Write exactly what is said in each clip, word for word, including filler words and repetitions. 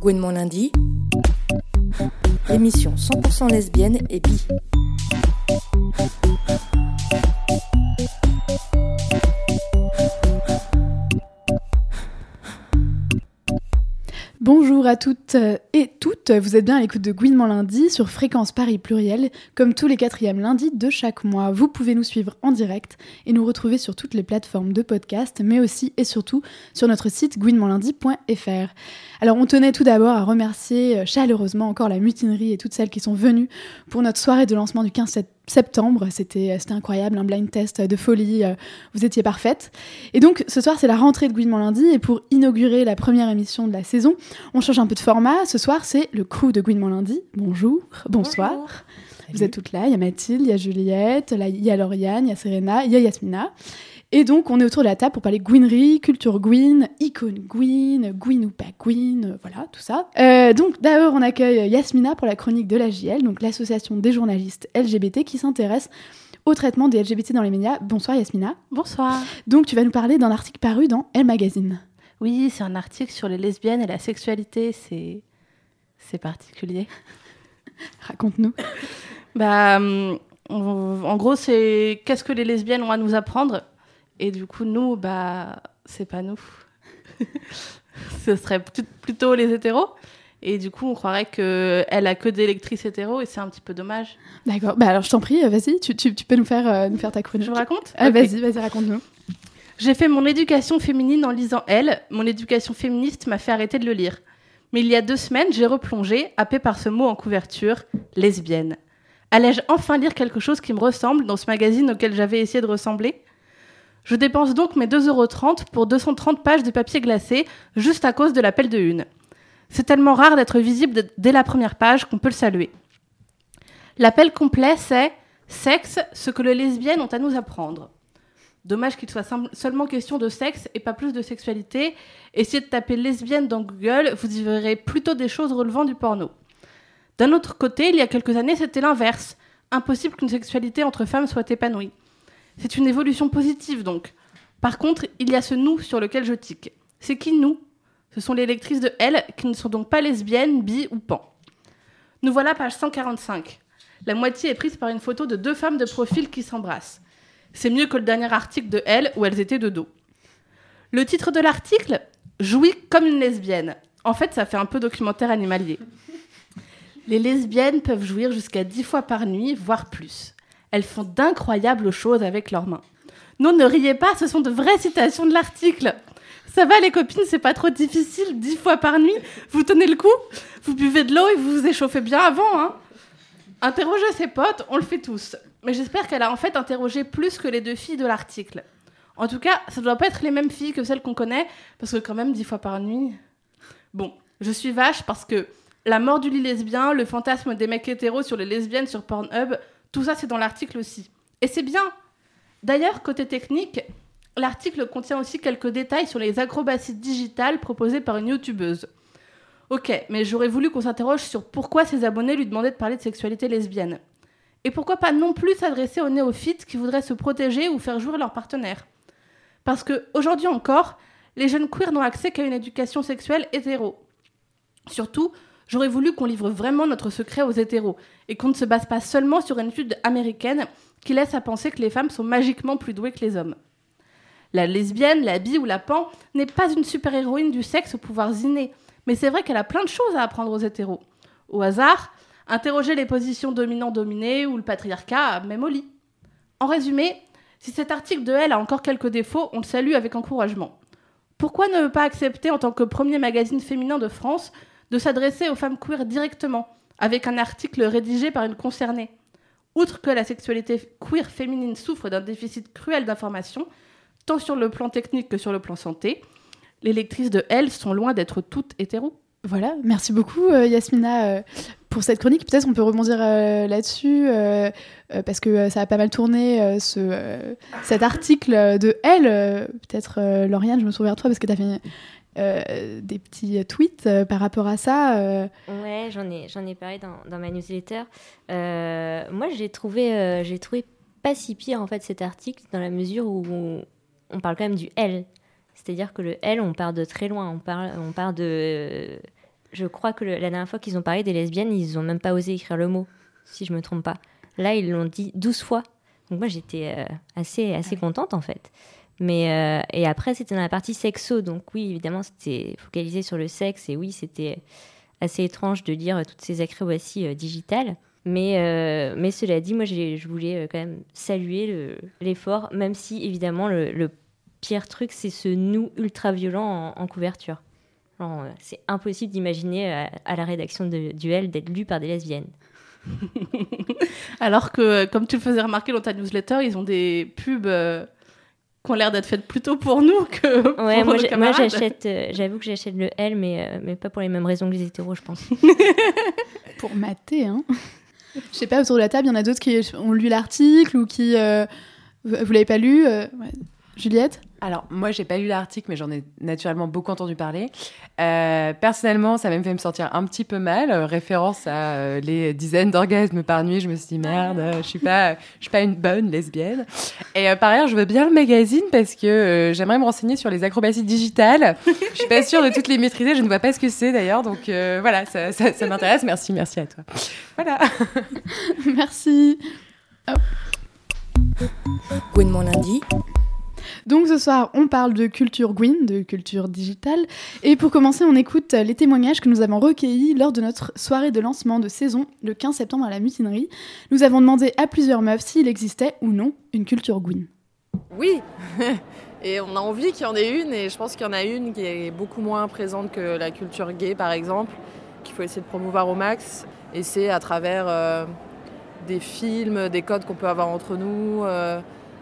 Gouinement lundi, émission cent pour cent lesbienne et bi. Bonjour à toutes et toutes, vous êtes bien à l'écoute de Gouinement lundi sur Fréquence Paris Pluriel, comme tous les quatrièmes lundis de chaque mois. Vous pouvez nous suivre en direct et nous retrouver sur toutes les plateformes de podcast, mais aussi et surtout sur notre site gouinement lundi point f r. Alors on tenait tout d'abord à remercier chaleureusement encore la mutinerie et toutes celles qui sont venues pour notre soirée de lancement du quinze septembre. C'était, c'était incroyable, un blind test de folie, vous étiez parfaites. Et donc ce soir c'est la rentrée de Gouinement lundi et pour inaugurer la première émission de la saison, on change un peu de format. Ce soir c'est le crew de Gouinement lundi. Bonjour, bonsoir. Bonjour. Vous êtes toutes là, il y a Mathilde, il y a Juliette, là, il y a Lauriane, il y a Serena, il y a Yasmina. Et donc, on est autour de la table pour parler gouinerie, culture gouine, icône gouine, gouine ou pas gouine, voilà, tout ça. Euh, donc, d'abord, on accueille Yasmina pour la chronique de l'A J L, donc l'association des journalistes L G B T qui s'intéresse au traitement des L G B T dans les médias. Bonsoir Yasmina. Bonsoir. Donc, tu vas nous parler d'un article paru dans Elle Magazine. Oui, c'est un article sur les lesbiennes et la sexualité, c'est, c'est particulier. Raconte-nous. Bah, en gros, c'est qu'est-ce que les lesbiennes ont à nous apprendre ? Et du coup, nous, bah, c'est pas nous. Ce serait plutôt les hétéros. Et du coup, on croirait qu'elle a que des lectrices hétéros et c'est un petit peu dommage. D'accord. Bah alors, je t'en prie, vas-y, tu, tu, tu peux nous faire, euh, nous faire ta chronique. Je vous raconte ? Ah, okay. Vas-y, vas-y, raconte-nous. J'ai fait mon éducation féminine en lisant Elle. Mon éducation féministe m'a fait arrêter de le lire. Mais il y a deux semaines, j'ai replongé, happée par ce mot en couverture, lesbienne. Allais-je enfin lire quelque chose qui me ressemble dans ce magazine auquel j'avais essayé de ressembler ? Je dépense donc mes deux euros trente pour deux cent trente pages de papier glacé, juste à cause de l'appel de une. C'est tellement rare d'être visible d- dès la première page qu'on peut le saluer. L'appel complet, c'est « Sexe, ce que les lesbiennes ont à nous apprendre ». Dommage qu'il soit sim- seulement question de sexe et pas plus de sexualité. Essayez de taper lesbienne dans Google, vous y verrez plutôt des choses relevant du porno. D'un autre côté, il y a quelques années, c'était l'inverse. Impossible qu'une sexualité entre femmes soit épanouie. C'est une évolution positive, donc. Par contre, il y a ce « nous » sur lequel je tique. C'est qui, nous ? Ce sont les lectrices de Elle, qui ne sont donc pas lesbiennes, bi ou pan. Nous voilà page cent quarante-cinq. La moitié est prise par une photo de deux femmes de profil qui s'embrassent. C'est mieux que le dernier article de Elle, où elles étaient de dos. Le titre de l'article ? « Jouis comme une lesbienne ». En fait, ça fait un peu documentaire animalier. Les lesbiennes peuvent jouir jusqu'à dix fois par nuit, voire plus. Elles font d'incroyables choses avec leurs mains. Non, ne riez pas, ce sont de vraies citations de l'article. Ça va les copines, c'est pas trop difficile, dix fois par nuit, vous tenez le coup, vous buvez de l'eau et vous vous échauffez bien avant. Hein. Interrogez ses potes, on le fait tous. Mais j'espère qu'elle a en fait interrogé plus que les deux filles de l'article. En tout cas, ça doit pas être les mêmes filles que celles qu'on connaît, parce que quand même, dix fois par nuit... Bon, je suis vache parce que la mort du lit lesbien, le fantasme des mecs hétéros sur les lesbiennes sur Pornhub... Tout ça, c'est dans l'article aussi. Et c'est bien. D'ailleurs, côté technique, l'article contient aussi quelques détails sur les acrobaties digitales proposées par une youtubeuse. Ok, mais j'aurais voulu qu'on s'interroge sur pourquoi ses abonnés lui demandaient de parler de sexualité lesbienne. Et pourquoi pas non plus s'adresser aux néophytes qui voudraient se protéger ou faire jouir leur partenaire. Parce qu'aujourd'hui encore, les jeunes queers n'ont accès qu'à une éducation sexuelle hétéro. Surtout, j'aurais voulu qu'on livre vraiment notre secret aux hétéros et qu'on ne se base pas seulement sur une étude américaine qui laisse à penser que les femmes sont magiquement plus douées que les hommes. La lesbienne, la bi ou la pan n'est pas une super-héroïne du sexe aux pouvoirs innés, mais c'est vrai qu'elle a plein de choses à apprendre aux hétéros. Au hasard, interroger les positions dominant-dominées ou le patriarcat, même au lit. En résumé, si cet article de Elle a encore quelques défauts, on le salue avec encouragement. Pourquoi ne pas accepter en tant que premier magazine féminin de France de s'adresser aux femmes queer directement, avec un article rédigé par une concernée. Outre que la sexualité queer féminine souffre d'un déficit cruel d'informations, tant sur le plan technique que sur le plan santé, les lectrices de Elle sont loin d'être toutes hétéros. Voilà, merci beaucoup euh, Yasmina euh, pour cette chronique. Peut-être on peut rebondir euh, là-dessus, euh, euh, parce que euh, ça a pas mal tourné, euh, ce, euh, cet article de Elle. Euh, peut-être, euh, Lauriane, je me souviens de toi, parce que tu as fait... Euh, des petits tweets euh, par rapport à ça. Euh... Ouais, j'en ai, j'en ai parlé dans, dans ma newsletter. Euh, moi, j'ai trouvé, euh, j'ai trouvé pas si pire, en fait, cet article, dans la mesure où on, on parle quand même du « elle ». C'est-à-dire que le « elle », on part de très loin. On parle, on part de je crois que le, la dernière fois qu'ils ont parlé des lesbiennes, ils n'ont même pas osé écrire le mot, si je ne me trompe pas. Là, ils l'ont dit douze fois. Donc moi, j'étais euh, assez, assez ouais. contente, en fait. Mais, euh, et après, c'était dans la partie sexo. Donc oui, évidemment, c'était focalisé sur le sexe. Et oui, c'était assez étrange de lire toutes ces acrobaties euh, digitales. Mais, euh, mais cela dit, moi, j'ai, je voulais quand même saluer le, l'effort, même si, évidemment, le, le pire truc, c'est ce nous ultra-violent en, en couverture. Alors, c'est impossible d'imaginer à, à la rédaction de Duel d'être lu par des lesbiennes. Alors que, comme tu le faisais remarquer dans ta newsletter, ils ont des pubs euh, qui ont l'air d'être faites plutôt pour nous que ouais, pour moi, nos j'ai, camarades. moi j'achète, euh, j'avoue que j'achète le L, mais, euh, mais pas pour les mêmes raisons que les hétéros, je pense. Pour mater, hein. Je sais pas, autour de la table, il y en a d'autres qui ont lu l'article ou qui... Euh, vous l'avez pas lu euh, ouais. Juliette ? Alors, moi, j'ai pas lu l'article, mais j'en ai naturellement beaucoup entendu parler. Euh, personnellement, ça m'a même fait me sentir un petit peu mal. Euh, référence à euh, les dizaines d'orgasmes par nuit, je me suis dit, merde, euh, je suis pas, je suis pas une bonne lesbienne. Et euh, par ailleurs, je veux bien le magazine parce que euh, j'aimerais me renseigner sur les acrobaties digitales. Je suis pas sûre de toutes les maîtriser, je ne vois pas ce que c'est d'ailleurs. Donc euh, voilà, ça, ça, ça m'intéresse. Merci, merci à toi. Voilà. Merci. Oh. Gouinement lundi. Donc ce soir, on parle de culture Gwyn, de culture digitale. Et pour commencer, on écoute les témoignages que nous avons recueillis lors de notre soirée de lancement de saison, le quinze septembre à la Mutinerie. Nous avons demandé à plusieurs meufs s'il existait ou non une culture Gwyn. Oui, et on a envie qu'il y en ait une, et je pense qu'il y en a une qui est beaucoup moins présente que la culture gay, par exemple, qu'il faut essayer de promouvoir au max. Et c'est à travers euh, des films, des codes qu'on peut avoir entre nous... Euh,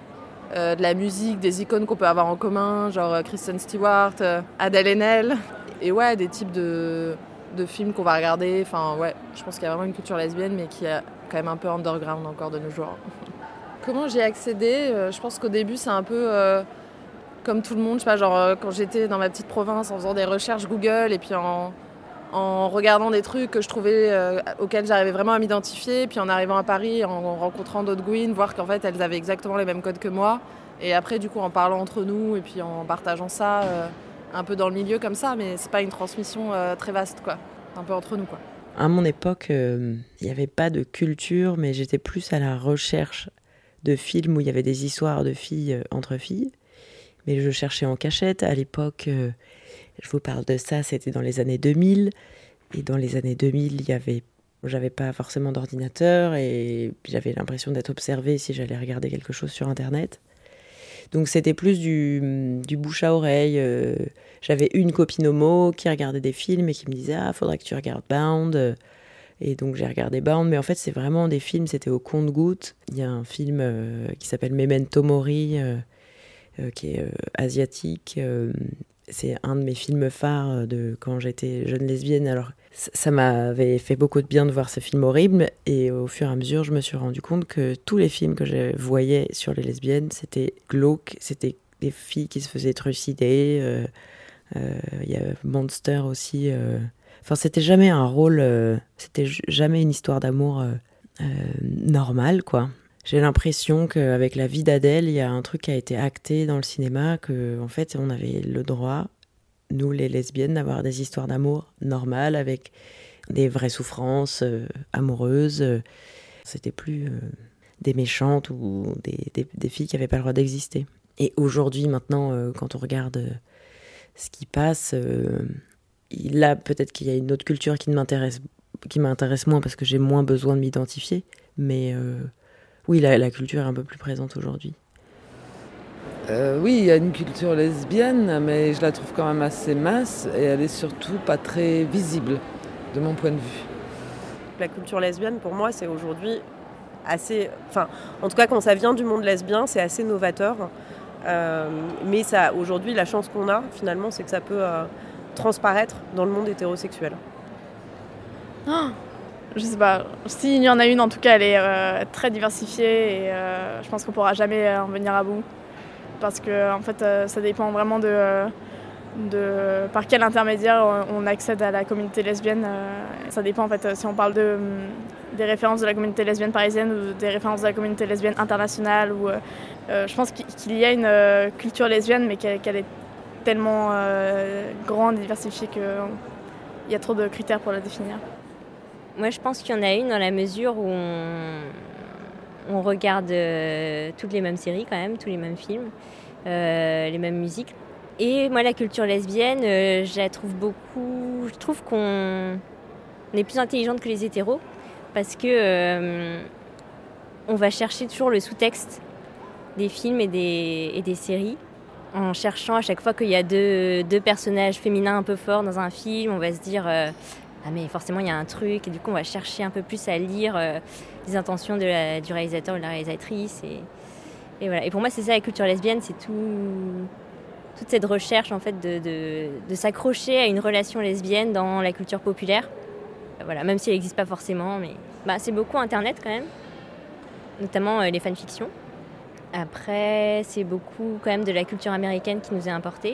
Euh, de la musique, des icônes qu'on peut avoir en commun, genre Kristen Stewart, euh, Adèle Haenel, et ouais, des types de, de films qu'on va regarder. Enfin, ouais, je pense qu'il y a vraiment une culture lesbienne, mais qui est quand même un peu underground encore de nos jours. Comment j'y ai accédé ? euh, Je pense qu'au début, c'est un peu euh, comme tout le monde, je sais pas, genre euh, quand j'étais dans ma petite province, en faisant des recherches Google, et puis en, en regardant des trucs que je trouvais, euh, auxquels j'arrivais vraiment à m'identifier, puis en arrivant à Paris, en rencontrant d'autres Gwyn, voir qu'en fait elles avaient exactement les mêmes codes que moi, et après du coup en parlant entre nous et puis en partageant ça euh, un peu dans le milieu comme ça, mais c'est pas une transmission euh, très vaste quoi, un peu entre nous quoi. À mon époque, il euh, n'y avait pas de culture, mais j'étais plus à la recherche de films où il y avait des histoires de filles euh, entre filles, mais je cherchais en cachette. À l'époque, euh, je vous parle de ça, c'était dans les années deux mille. Et dans les années deux mille, il y avait, j'avais pas forcément d'ordinateur et j'avais l'impression d'être observée si j'allais regarder quelque chose sur Internet. Donc c'était plus du, du bouche à oreille. Euh, j'avais une copine homo qui regardait des films et qui me disait « Ah, faudrait que tu regardes Bound ». Et donc j'ai regardé Bound, mais en fait c'est vraiment des films, c'était au compte-gouttes. Il y a un film euh, qui s'appelle Memento Mori, euh, euh, qui est euh, asiatique. Euh, c'est un de mes films phares de quand j'étais jeune lesbienne. Alors ça, ça m'avait fait beaucoup de bien de voir ce film horrible. Et au fur et à mesure, je me suis rendu compte que tous les films que je voyais sur les lesbiennes, c'était glauque. C'était des filles qui se faisaient trucider. Euh, euh, il y a Monster aussi. Euh, Enfin, c'était jamais un rôle, euh, c'était j- jamais une histoire d'amour euh, euh, normale, quoi. J'ai l'impression qu'avec la vie d'Adèle, il y a un truc qui a été acté dans le cinéma, qu'en fait, on avait le droit, nous les lesbiennes, d'avoir des histoires d'amour normales, avec des vraies souffrances euh, amoureuses. C'était plus euh, des méchantes ou des, des, des filles qui n'avaient pas le droit d'exister. Et aujourd'hui, maintenant, euh, quand on regarde euh, ce qui passe... Euh, Là, peut-être qu'il y a une autre culture qui m'intéresse, qui m'intéresse moins parce que j'ai moins besoin de m'identifier. Mais euh, oui, la, la culture est un peu plus présente aujourd'hui. Euh, oui, il y a une culture lesbienne, mais je la trouve quand même assez mince et elle est surtout pas très visible, de mon point de vue. La culture lesbienne, pour moi, c'est aujourd'hui assez... Enfin, en tout cas, quand ça vient du monde lesbien, c'est assez novateur. Euh, mais ça, aujourd'hui, la chance qu'on a, finalement, c'est que ça peut... Euh, transparaître dans le monde hétérosexuel. Oh, je sais pas. S'il y en a une, en tout cas, elle est euh, très diversifiée et euh, je pense qu'on pourra jamais en venir à bout. Parce que, en fait, euh, ça dépend vraiment de, de par quel intermédiaire on accède à la communauté lesbienne. Euh, ça dépend, en fait, si on parle de, des références de la communauté lesbienne parisienne ou des références de la communauté lesbienne internationale. Ou, euh, je pense qu'il y a une euh, culture lesbienne, mais qu'elle, qu'elle est tellement euh, grande et diversifiée qu'il il y a trop de critères pour la définir. Moi, je pense qu'il y en a une dans la mesure où on, on regarde euh, toutes les mêmes séries quand même, tous les mêmes films, euh, les mêmes musiques. Et moi, la culture lesbienne, euh, je la trouve beaucoup... Je trouve qu'on on est plus intelligente que les hétéros parce que euh, on va chercher toujours le sous-texte des films et des, et des séries. En cherchant à chaque fois qu'il y a deux, deux personnages féminins un peu forts dans un film, on va se dire euh, ah mais forcément il y a un truc, et du coup on va chercher un peu plus à lire euh, les intentions de la, du réalisateur ou de la réalisatrice. Et, et, voilà. Et pour moi c'est ça la culture lesbienne, c'est tout, toute cette recherche en fait de, de, de s'accrocher à une relation lesbienne dans la culture populaire. Voilà, même si elle n'existe pas forcément, mais bah, c'est beaucoup Internet quand même, notamment euh, les fanfictions. Après, c'est beaucoup quand même de la culture américaine qui nous est importée.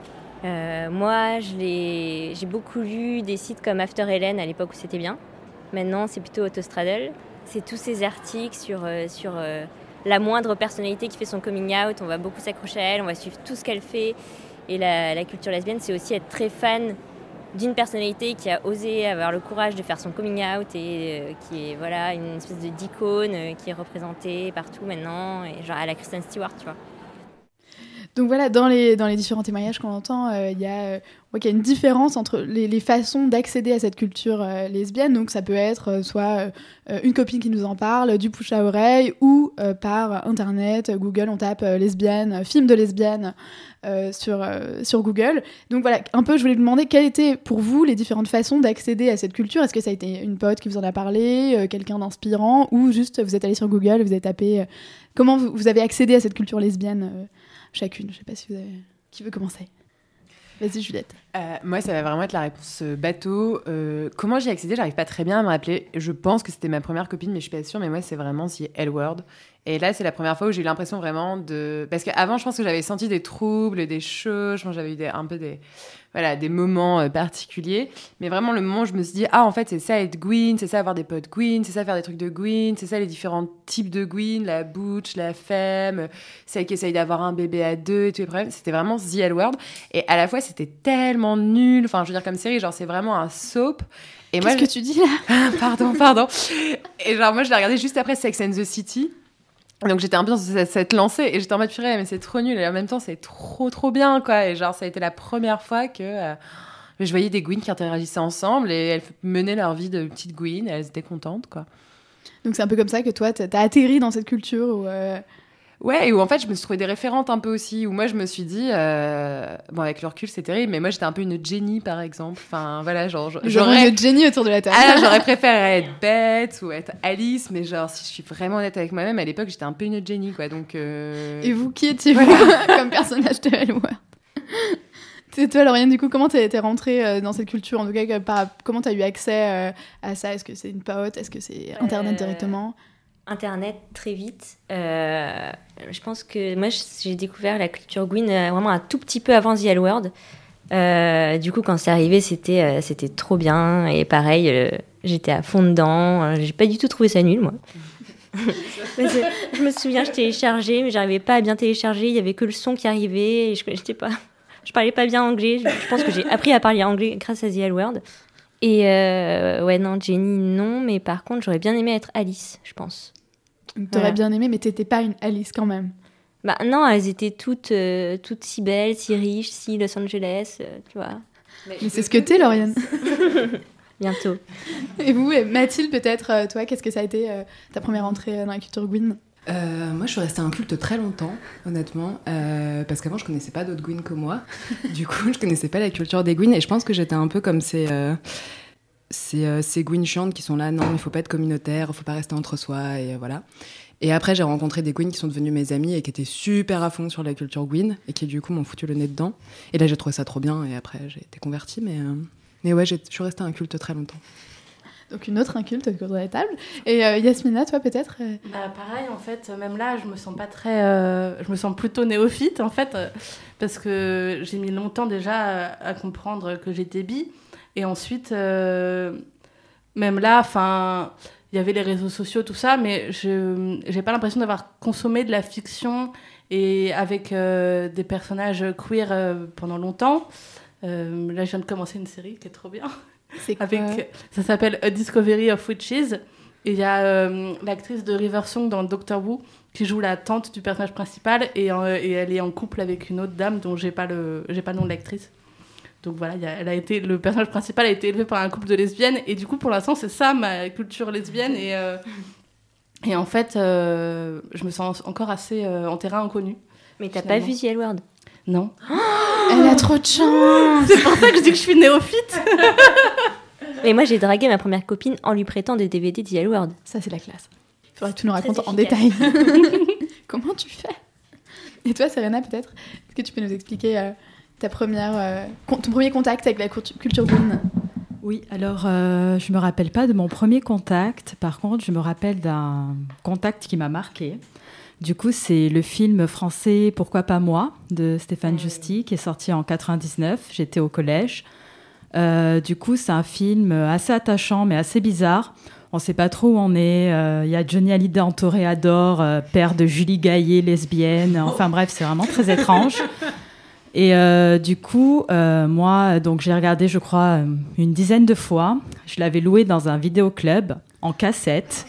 Euh, moi, je l'ai, j'ai beaucoup lu des sites comme After Ellen à l'époque où c'était bien. Maintenant, c'est plutôt Autostraddle. C'est tous ces articles sur, euh, sur euh, la moindre personnalité qui fait son coming out. On va beaucoup s'accrocher à elle, on va suivre tout ce qu'elle fait. Et la, la culture lesbienne, c'est aussi être très fan d'une personnalité qui a osé avoir le courage de faire son coming out et euh, qui est voilà, une espèce de d'icône euh, qui est représentée partout maintenant, et genre à la Kristen Stewart, tu vois. Donc voilà, dans les, dans les différents témoignages qu'on entend, euh, il y a, euh, on voit qu'il y a une différence entre les, les façons d'accéder à cette culture euh, lesbienne. Donc ça peut être euh, soit euh, une copine qui nous en parle, du bouche à oreille, ou euh, par Internet, Google, on tape euh, lesbienne, film de lesbienne euh, sur, euh, sur Google. Donc voilà, un peu, je voulais vous demander quelles étaient pour vous les différentes façons d'accéder à cette culture. Est-ce que ça a été une pote qui vous en a parlé, euh, quelqu'un d'inspirant, ou juste vous êtes allé sur Google, vous avez tapé... Euh, comment vous, vous avez accédé à cette culture lesbienne euh, chacune? Je sais pas si vous avez... Qui veut commencer? Vas-y, Juliette. Euh, moi, ça va vraiment être la réponse bateau. Euh, comment j'y ai accédé, j'arrive pas très bien à me rappeler. Je pense que c'était ma première copine, mais je suis pas sûre. Mais moi, c'est vraiment The L Word. Et là, c'est la première fois où j'ai eu l'impression vraiment de... Parce qu'avant, je pense que j'avais senti des troubles, des choses. Je pense que j'avais eu des, un peu des... Voilà, des moments euh, particuliers. Mais vraiment, le moment où je me suis dit, ah, en fait, c'est ça être Gwyn, c'est ça avoir des potes Gwyn, c'est ça faire des trucs de Gwyn, c'est ça les différents types de Gwyn, la butch, la femme, celle qui essaye d'avoir un bébé à deux et tous les problèmes. C'était vraiment The L Word. Et à la fois, c'était tellement nul. Enfin, je veux dire, comme série, genre, c'est vraiment un soap. Et Qu'est-ce moi, que je... tu dis là? Pardon, pardon. Et genre, moi, je l'ai regardé juste après Sex and the City. Donc j'étais un peu dans cette, cette lancée et j'étais en mode purée, mais c'est trop nul, et en même temps c'est trop trop bien quoi. Et genre ça a été la première fois que euh, je voyais des Gwyn qui interagissaient ensemble et elles menaient leur vie de petites Gwyn et elles étaient contentes quoi. Donc c'est un peu comme ça que toi t'as atterri dans cette culture où euh... ouais, et où en fait je me suis trouvé des référentes un peu aussi, où moi je me suis dit euh... bon, avec le recul c'est terrible, mais moi j'étais un peu une Jenny par exemple, enfin voilà, genre j'aurais une Jenny autour de la table. Ah, j'aurais préféré être Bette ou être Alice, mais genre si je suis vraiment honnête avec moi-même, à l'époque j'étais un peu une Jenny quoi, donc euh... Et vous, qui étiez-vous comme personnage de L Word? C'est toi, Lauriane, du coup, comment t'es, t'es rentrée euh, dans cette culture, en tout cas, par, comment t'as eu accès euh, à ça? Est-ce que c'est une pote? Est-ce que c'est Internet euh... directement? Internet, très vite. Euh, je pense que moi, j'ai découvert la culture Gwyn euh, vraiment un tout petit peu avant The L Word. Euh, du coup, quand c'est arrivé, c'était, euh, c'était trop bien. Et pareil, euh, j'étais à fond dedans. Euh, j'ai pas du tout trouvé ça nul, moi. Je me souviens, je téléchargeais, mais j'arrivais pas à bien télécharger. Il y avait que le son qui arrivait. Et je, j'étais pas, je parlais pas bien anglais. Je, je pense que j'ai appris à parler anglais grâce à The L Word. Et euh, ouais, non, Jenny, non. Mais par contre, j'aurais bien aimé être Alice, je pense. T'aurais voilà. bien aimé, mais t'étais pas une Alice quand même. Bah non, elles étaient toutes, euh, toutes si belles, si riches, si Los Angeles, euh, tu vois. Mais, mais c'est ce que t'es, Lauriane. Bientôt. Et vous, Mathilde, peut-être, euh, toi, qu'est-ce que ça a été euh, ta première entrée dans la culture Gwyn? Euh, moi, je suis restée un culte très longtemps, honnêtement, euh, parce qu'avant, je connaissais pas d'autres Gwyn que moi. Du coup, je connaissais pas la culture des Gwyn, et je pense que j'étais un peu comme ces, euh, ces, euh, ces Gwyn chiantes qui sont là, non, il faut pas être communautaire, il faut pas rester entre soi, et euh, voilà. Et après, j'ai rencontré des Gwyn qui sont devenus mes amis et qui étaient super à fond sur la culture Gwyn, et qui, du coup, m'ont foutu le nez dedans. Et là, j'ai trouvé ça trop bien, et après, j'ai été convertie, mais, euh, mais ouais, j'ai, je suis restée un culte très longtemps. Donc une autre inculte autour de la table. Et euh, Yasmina, toi peut-être euh... bah, pareil, en fait, même là, je me sens pas très... Euh, je me sens plutôt néophyte, en fait, euh, parce que j'ai mis longtemps déjà à, à comprendre que j'étais bi. Et ensuite, euh, même là, enfin, il y avait les réseaux sociaux, tout ça, mais je j'ai pas l'impression d'avoir consommé de la fiction et avec euh, des personnages queer euh, pendant longtemps. Euh, là, je viens de commencer une série qui est trop bien. C'est quoi? Avec, ça s'appelle A Discovery of Witches. Et il y a euh, l'actrice de River Song dans Doctor Who qui joue la tante du personnage principal et, euh, et elle est en couple avec une autre dame dont j'ai pas le, j'ai pas le nom de l'actrice. Donc voilà, y a, elle a été, le personnage principal a été élevé par un couple de lesbiennes et du coup pour l'instant c'est ça ma culture lesbienne et, euh, et en fait euh, je me sens encore assez euh, en terrain inconnu. Mais t'as pas vu The L Word? Non. Oh, elle a trop de chance. C'est pour ça que je dis que je suis néophyte. Et moi, j'ai dragué ma première copine en lui prêtant des D V D de The L Word. Ça, c'est la classe. Il faudrait que tu nous Très racontes en efficace. détail. Comment tu fais? Et toi, Serena, peut-être? Est-ce que tu peux nous expliquer euh, ta première, euh, con- ton premier contact avec la cour- culture Gwyn? Oui, alors euh, je me rappelle pas de mon premier contact. Par contre, je me rappelle d'un contact qui m'a marqué. Du coup, c'est le film français Pourquoi pas moi de Stéphane Justy qui est sorti en quatre-vingt-dix-neuf. J'étais au collège. Euh, du coup, c'est un film assez attachant, mais assez bizarre. On ne sait pas trop où on est. Il euh, y a Johnny Hallyday en toréador, euh, père de Julie Gaillet, lesbienne. Enfin bref, c'est vraiment très étrange. Et euh, du coup, euh, moi, donc j'ai regardé, je crois, une dizaine de fois. Je l'avais loué dans un vidéoclub en cassette.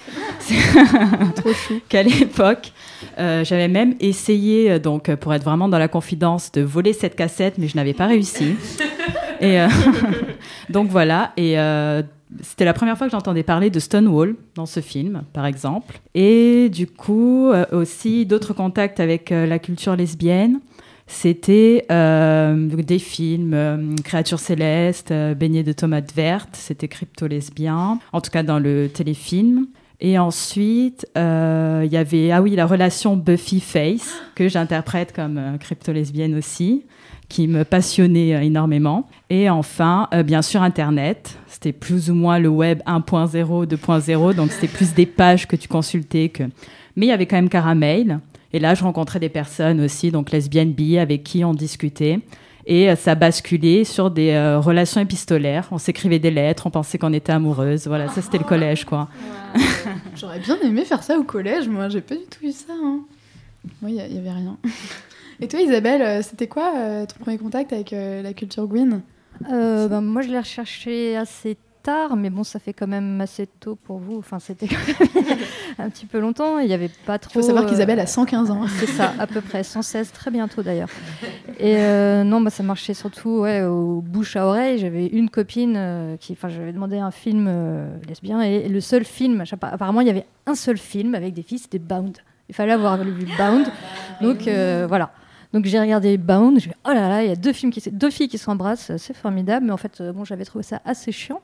Trop chou. Qu'à l'époque, euh, j'avais même essayé, donc pour être vraiment dans la confidence, de voler cette cassette, mais je n'avais pas réussi. Et euh, donc voilà, et euh, c'était la première fois que j'entendais parler de Stonewall dans ce film, par exemple. Et du coup, euh, aussi d'autres contacts avec euh, la culture lesbienne. C'était euh, des films, euh, Créatures célestes, euh, Baignés de tomates vertes, c'était crypto-lesbien, en tout cas dans le téléfilm. Et ensuite, il euh, y avait, ah oui, la relation Buffy-Face, que j'interprète comme euh, crypto-lesbienne aussi, qui me passionnait euh, énormément. Et enfin, euh, bien sûr, Internet. C'était plus ou moins le web un point zéro, deux point zéro, donc c'était plus des pages que tu consultais. Que... Mais il y avait quand même Caramel. Et là, je rencontrais des personnes aussi, donc lesbiennes, bi, avec qui on discutait. Et euh, ça basculait sur des euh, relations épistolaires. On s'écrivait des lettres, on pensait qu'on était amoureuses. Voilà, ça, c'était le collège, quoi. Wow. J'aurais bien aimé faire ça au collège, moi. J'ai pas du tout eu ça. Hein. Moi, il y, y avait rien. Et toi, Isabelle, euh, c'était quoi euh, ton premier contact avec euh, la culture Gwyn? euh, ben, Moi, je l'ai recherché assez tard, mais bon, ça fait quand même assez tôt pour vous. Enfin, c'était quand même un petit peu longtemps. Il n'y avait pas trop... Il faut savoir qu'Isabelle a cent quinze ans. C'est ça, à peu près, cent seize, très bientôt d'ailleurs. Et euh, non, bah, ça marchait surtout ouais, au bouche à oreille. J'avais une copine euh, qui... Enfin, j'avais demandé un film euh, lesbien, et le seul film... Apparemment, il y avait un seul film avec des filles, c'était Bound. Il fallait avoir vu Bound. Donc, euh, voilà. Donc j'ai regardé Bound, j'ai dit oh là là, il y a deux, films qui, deux filles qui s'embrassent, c'est formidable, mais en fait, bon, j'avais trouvé ça assez chiant.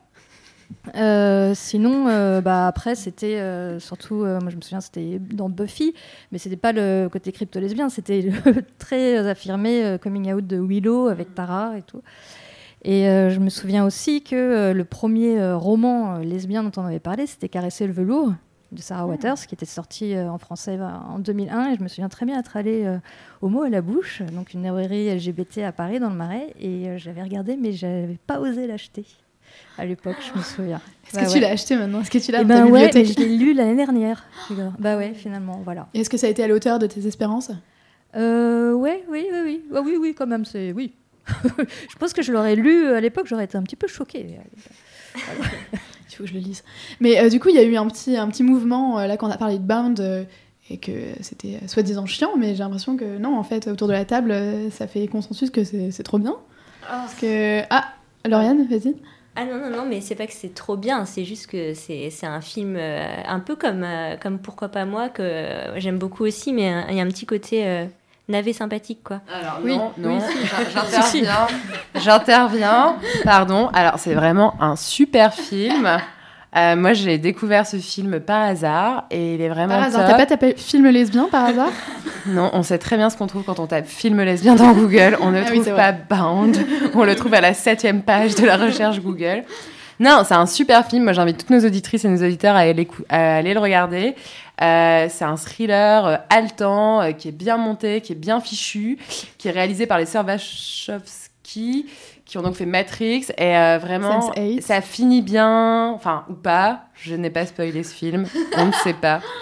Euh, sinon, euh, bah, après, c'était euh, surtout, euh, moi je me souviens, c'était dans Buffy, mais c'était pas le côté crypto-lesbien, c'était le très affirmé euh, coming out de Willow avec Tara et tout. Et euh, je me souviens aussi que euh, le premier euh, roman euh, lesbien dont on avait parlé, c'était Caresser le velours de Sarah Waters, qui était sorti euh, en français euh, en deux mille un, et je me souviens très bien être allée euh, au Mot à la Bouche, donc une librairie L G B T à Paris dans le Marais, et euh, j'avais regardé, mais j'avais pas osé l'acheter à l'époque, je me souviens. Est-ce bah, que ouais. tu l'as acheté maintenant? Est-ce que tu l'as eh dans ben, ta ouais, bibliothèque? mais je l'ai lu l'année dernière. Bah ouais, finalement, voilà. Et est-ce que ça a été à la hauteur de tes espérances? euh, Ouais, oui, oui, oui, oh, oui, oui, quand même, c'est oui. Je pense que je l'aurais lu à l'époque, j'aurais été un petit peu choquée. Voilà. Il faut que je le lise. Mais euh, du coup, il y a eu un petit, un petit mouvement, euh, là, quand on a parlé de Bound, euh, et que c'était euh, soi-disant chiant, mais j'ai l'impression que non, en fait, autour de la table, euh, ça fait consensus que c'est, c'est trop bien. Oh. Parce que... Ah, Lauriane, vas-y. Ah non, non, non, mais c'est pas que c'est trop bien, c'est juste que c'est, c'est un film euh, un peu comme, euh, comme Pourquoi pas moi, que euh, j'aime beaucoup aussi, mais il y a un petit côté euh, navet sympathique, quoi. Alors oui, non, non, oui, si. j'interviens, j'interviens, pardon. Alors c'est vraiment un super film. Euh, moi, j'ai découvert ce film par hasard, et il est vraiment Par hasard, top. t'as pas tapé film lesbien par hasard? Non, on sait très bien ce qu'on trouve quand on tape film lesbien dans Google. On ne ah trouve oui, pas Bound. On le trouve à la septième page de la recherche Google. Non, c'est un super film. Moi, j'invite toutes nos auditrices et nos auditeurs à aller, à aller le regarder. Euh, c'est un thriller euh, haletant, euh, qui est bien monté, qui est bien fichu, qui est réalisé par les sœurs Wachowski, qui ont donc fait Matrix. Et euh, vraiment, ça finit bien, enfin, ou pas. Je n'ai pas spoilé ce film. On ne sait pas.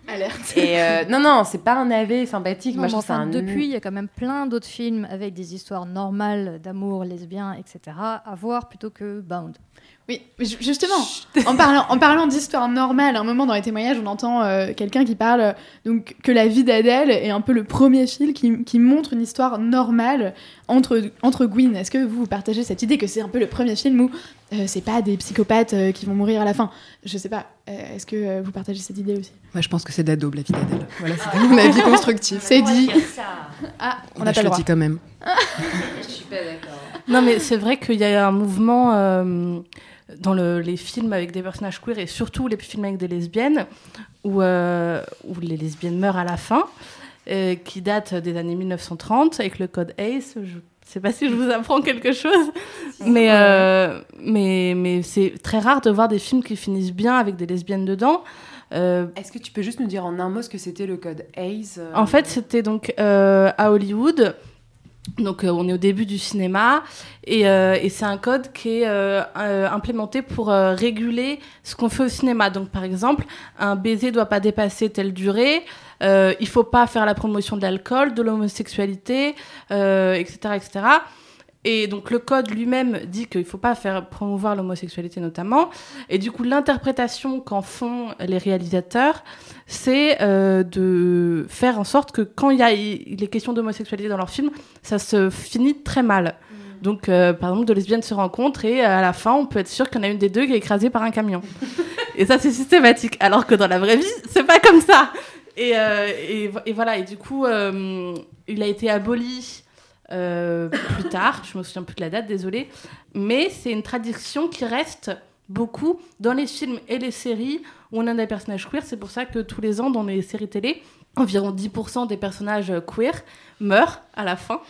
Alerte. Et euh, non, non, c'est pas un navet sympathique. Non, Moi, je mais trouve enfin, ça un... depuis, il y a quand même plein d'autres films avec des histoires normales d'amour, lesbien, et cetera à voir plutôt que Bound. Oui, mais ju- justement, en parlant, en parlant d'histoire normale, à un moment dans les témoignages, on entend euh, quelqu'un qui parle euh, donc, que la vie d'Adèle est un peu le premier film qui, qui montre une histoire normale entre, entre Gwyn. Est-ce que vous, vous partagez cette idée que c'est un peu le premier film où euh, c'est pas des psychopathes euh, qui vont mourir à la fin? Je sais pas, euh, est-ce que euh, vous partagez cette idée aussi? Ouais, je pense que c'est d'ado, la vie d'Adèle. Voilà, c'est mon avis constructif. C'est dit. Ah, on n'a Bah, pas je le le droit. dis quand même. Je suis pas d'accord. Non, mais c'est vrai qu'il y a un mouvement euh, dans le, les films avec des personnages queer et surtout les films avec des lesbiennes où, euh, où les lesbiennes meurent à la fin, euh, qui date des années mille neuf cent trente avec le code ACE. Je ne sais pas si je vous apprends quelque chose, mais, euh, mais, mais c'est très rare de voir des films qui finissent bien avec des lesbiennes dedans. Euh, Est-ce que tu peux juste nous dire en un mot ce que c'était le code ACE euh... En fait, c'était donc euh, à Hollywood. Donc, euh, on est au début du cinéma et, euh, et c'est un code qui est euh, euh, implémenté pour euh, réguler ce qu'on fait au cinéma. Donc, par exemple, un baiser doit pas dépasser telle durée. Euh, il faut pas faire la promotion de l'alcool, de l'homosexualité, euh, et cetera, et cetera. Et donc, le code lui-même dit qu'il ne faut pas faire promouvoir l'homosexualité notamment. Et du coup, l'interprétation qu'en font les réalisateurs, c'est euh, de faire en sorte que quand il y a il est question d'homosexualité dans leur film, ça se finit très mal. Mmh. Donc, euh, par exemple, deux lesbiennes se rencontrent et à la fin, on peut être sûr qu'il y en a une des deux qui est écrasée par un camion. Et ça, c'est systématique. Alors que dans la vraie vie, c'est pas comme ça. Et, euh, et, et voilà. Et du coup, euh, il a été aboli... Euh, plus tard, je me souviens plus de la date, désolée, mais c'est une tradition qui reste beaucoup dans les films et les séries où on a des personnages queer. C'est pour ça que tous les ans, dans les séries télé, environ dix pour cent des personnages queer meurent à la fin.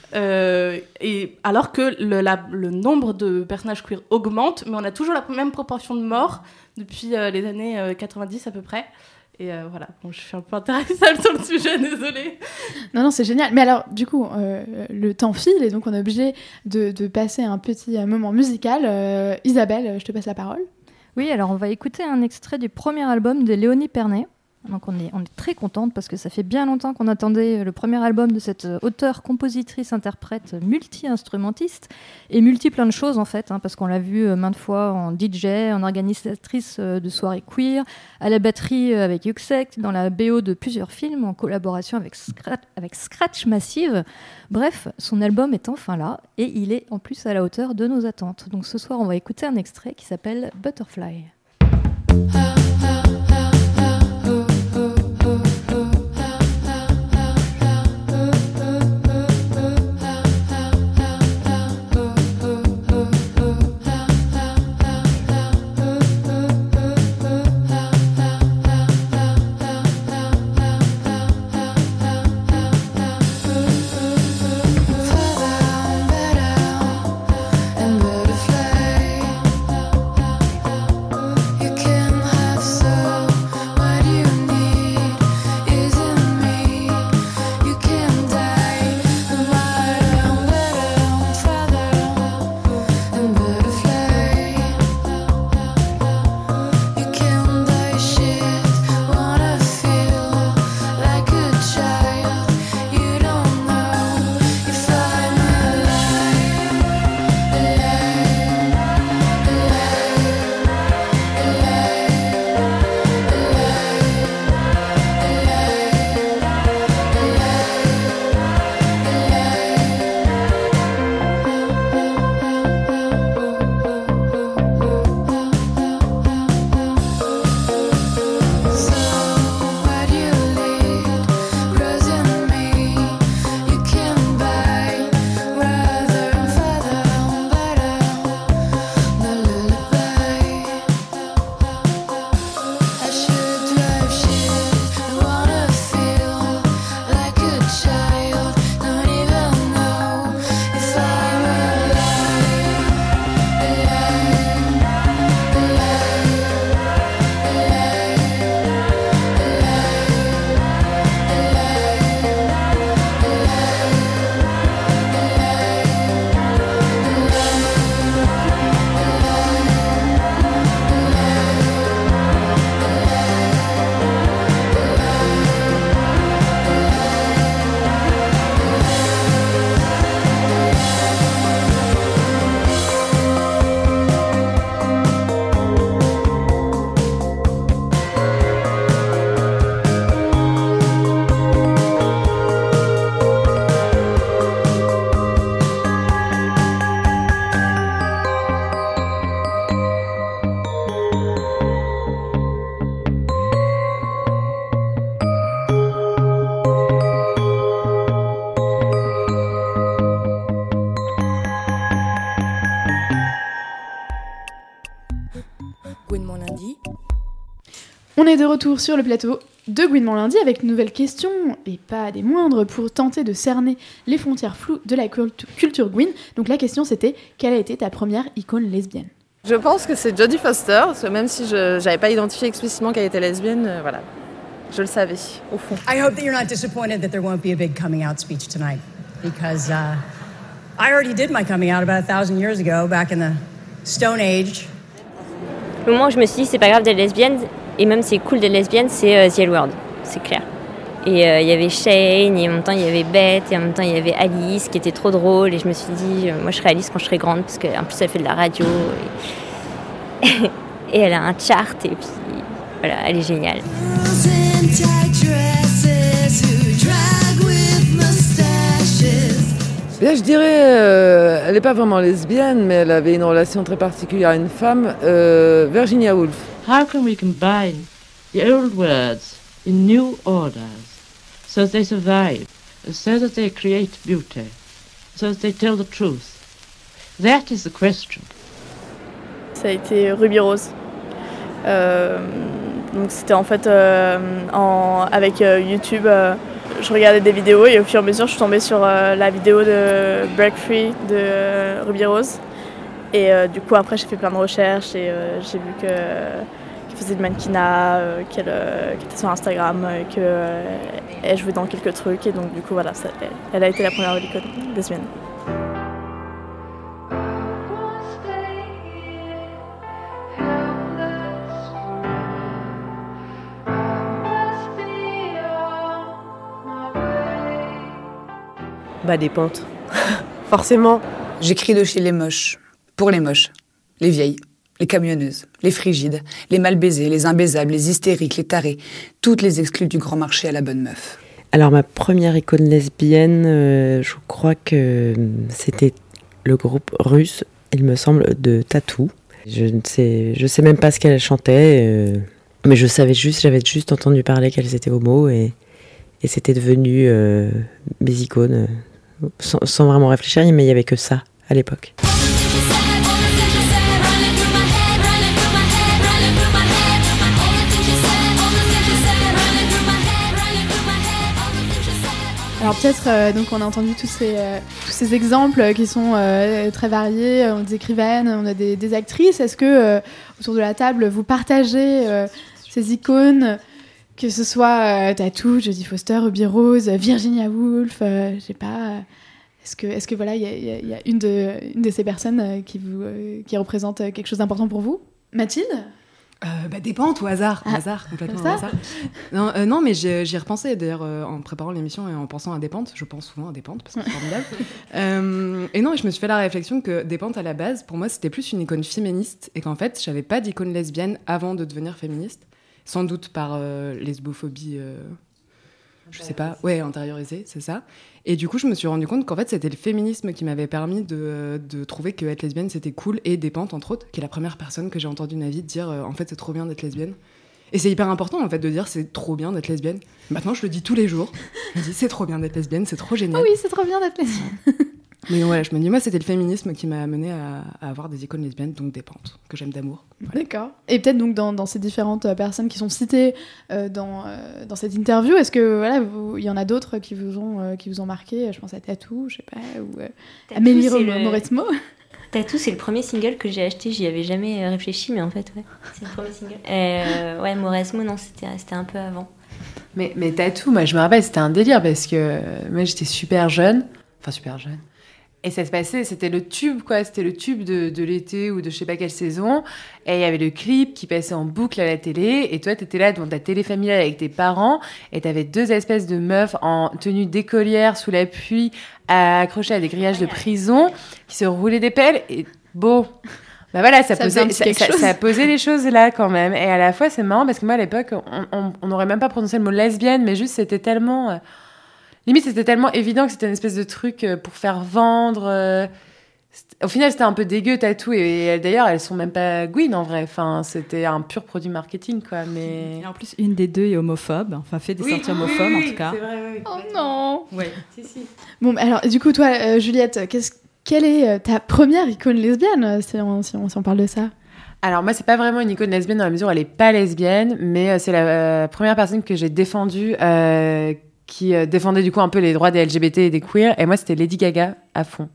Euh, et alors que le, la, le nombre de personnages queer augmente, mais on a toujours la même proportion de morts depuis euh, les années euh, quatre-vingt-dix à peu près. Et euh, voilà, bon, je suis un peu intéressable sur le sujet, désolée. Non, non, c'est génial. Mais alors, du coup, euh, le temps file et donc on est obligé de, de passer un petit moment musical. Euh, Isabelle, je te passe la parole. Oui, alors on va écouter un extrait du premier album de Léonie Pernet. Donc on est, on est très contente parce que ça fait bien longtemps qu'on attendait le premier album de cette auteure, compositrice, interprète, multi-instrumentiste et multi plein de choses en fait, hein, parce qu'on l'a vu maintes fois en D J, en organisatrice de soirées queer, à la batterie avec Yuxek, dans la B O de plusieurs films, en collaboration avec Scratch, avec Scratch Massive. Bref, son album est enfin là et il est en plus à la hauteur de nos attentes. Donc ce soir, on va écouter un extrait qui s'appelle Butterfly. You can have Gouinement lundi. On est de retour sur le plateau de Gouinement lundi avec une nouvelle question, et pas des moindres, pour tenter de cerner les frontières floues de la cult- culture Gwyn. Donc la question c'était, quelle a été ta première icône lesbienne ? Je pense que c'est Jodie Foster, parce que même si je n'avais pas identifié explicitement qu'elle était lesbienne, euh, voilà, je le savais, au fond. I hope that you're not disappointed that there won't be a big coming out speech tonight, because uh, I already did my coming out about a thousand years ago, back in the Stone Age. Le moment où je me suis dit c'est pas grave d'être lesbienne, et même c'est cool d'être lesbienne, c'est euh, The L Word, c'est clair. Et il euh, y avait Shane, et en même temps il y avait Beth, et en même temps il y avait Alice qui était trop drôle. Et je me suis dit, euh, moi je serai Alice quand je serai grande, parce qu'en plus elle fait de la radio. Et, et elle a un chart, et puis voilà, elle est géniale. Bien, je dirais, euh, elle n'est pas vraiment lesbienne, mais elle avait une relation très particulière à une femme, euh, Virginia Woolf. How can we combine the old words in new orders, so that they survive, so that they create beauty, so that they tell the truth? That is the question. Ça a été Ruby Rose. Euh, donc c'était en fait euh, en, avec euh, YouTube, euh, je regardais des vidéos et au fur et à mesure je suis tombée sur euh, la vidéo de Break Free de euh, Ruby Rose. Et euh, du coup après j'ai fait plein de recherches et euh, j'ai vu que qu'elle faisait du mannequinat, euh, qu'elle, euh, qu'elle était sur Instagram, euh, qu'elle euh, jouait dans quelques trucs, et donc du coup voilà, ça, elle a été la première icône lesbienne. Bah des pentes, forcément. J'écris de chez les moches, pour les moches, les vieilles, les camionneuses, les frigides, les mal baisées, les imbaisables, les hystériques, les tarés, toutes les exclues du grand marché à la bonne meuf. Alors ma première icône lesbienne, euh, je crois que c'était le groupe russe, il me semble, de Tattoo. Je ne sais, je sais même pas ce qu'elle chantait, euh, mais je savais juste, j'avais juste entendu parler qu'elles étaient homo et, et c'était devenu euh, mes icônes, euh, sans, sans vraiment réfléchir, mais il y avait que ça à l'époque. Alors peut-être, euh, donc on a entendu tous ces, euh, tous ces exemples qui sont euh, très variés, on a des écrivaines, on a des, des actrices. Est-ce que, euh, autour de la table, vous partagez euh, ces icônes, que ce soit euh, Tattoo, Jodie Foster, Ruby Rose, Virginia Woolf, euh, je sais pas, euh, est-ce que, est-ce que voilà, il y a, y a, y a une, de, une de ces personnes euh, qui, vous, euh, qui représente quelque chose d'important pour vous ? Mathilde ? Euh, bah, des pentes au hasard, ah, hasard complètement comme ça au hasard. Non, euh, non mais j'y, j'y ai repensé d'ailleurs euh, en préparant l'émission et en pensant à des pentes. Je pense souvent à des pentes parce que c'est formidable. euh, et non, je me suis fait la réflexion que des pentes à la base, pour moi, c'était plus une icône féministe et qu'en fait, j'avais pas d'icône lesbienne avant de devenir féministe, sans doute par euh, lesbophobie. Euh, je sais pas, ouais, intériorisée, c'est ça. Et du coup, je me suis rendu compte qu'en fait, c'était le féminisme qui m'avait permis de, de trouver que être lesbienne, c'était cool, et des pentes, entre autres, qui est la première personne que j'ai entendue de ma vie dire euh, en fait, c'est trop bien d'être lesbienne. Et c'est hyper important, en fait, de dire c'est trop bien d'être lesbienne. Maintenant, je le dis tous les jours. Je me dis c'est trop bien d'être lesbienne, c'est trop génial. Oh oui, c'est trop bien d'être lesbienne. Mais voilà, je me dis, moi, c'était le féminisme qui m'a amené à, à avoir des icônes lesbiennes, donc des pentes, que j'aime d'amour. Voilà. D'accord. Et peut-être donc dans, dans ces différentes personnes qui sont citées euh, dans, euh, dans cette interview, est-ce que voilà, vous, il y en a d'autres qui vous ont, euh, qui vous ont marqué ? Je pense à Tattoo, je sais pas, ou euh, Amélie Mauresmo. Tattoo, c'est le premier single que j'ai acheté, j'y avais jamais réfléchi, mais en fait, ouais, c'est le premier single. Euh, ouais, Mauresmo, non, c'était, c'était un peu avant. Mais, mais Tattoo, moi, je me rappelle, c'était un délire parce que moi, j'étais super jeune, enfin super jeune. Et ça se passait, c'était le tube, quoi. C'était le tube de, de l'été ou de je sais pas quelle saison. Et il y avait le clip qui passait en boucle à la télé. Et toi, t'étais là devant ta télé familiale avec tes parents. Et t'avais deux espèces de meufs en tenue d'écolière sous la pluie, accrochées à des grillages de prison, qui se roulaient des pelles. Et bon, bah voilà, ça, ça posait, ça, ça, ça posait les choses là quand même. Et à la fois, c'est marrant parce que moi, à l'époque, on n'aurait même pas prononcé le mot lesbienne, mais juste, c'était tellement... Euh, Limite, c'était tellement évident que c'était une espèce de truc pour faire vendre. Au final, c'était un peu dégueu, Tattoo. Et d'ailleurs, elles sont même pas Gwyn, en vrai. Enfin, c'était un pur produit marketing, quoi. Mais... Et en plus, une des deux est homophobe. Enfin, fait des oui, sorties homophobes, oui, en tout cas. C'est vrai, oui. Oh non. Oui. Si, si. Bon, alors, du coup, toi, euh, Juliette, qu'est-ce, quelle est ta première icône lesbienne, si on, si on, si on parle de ça ? Alors moi, c'est pas vraiment une icône lesbienne dans la mesure où elle est pas lesbienne, mais euh, c'est la euh, première personne que j'ai défendue euh, qui euh, défendait du coup un peu les droits des L G B T et des queers, et moi c'était Lady Gaga à fond.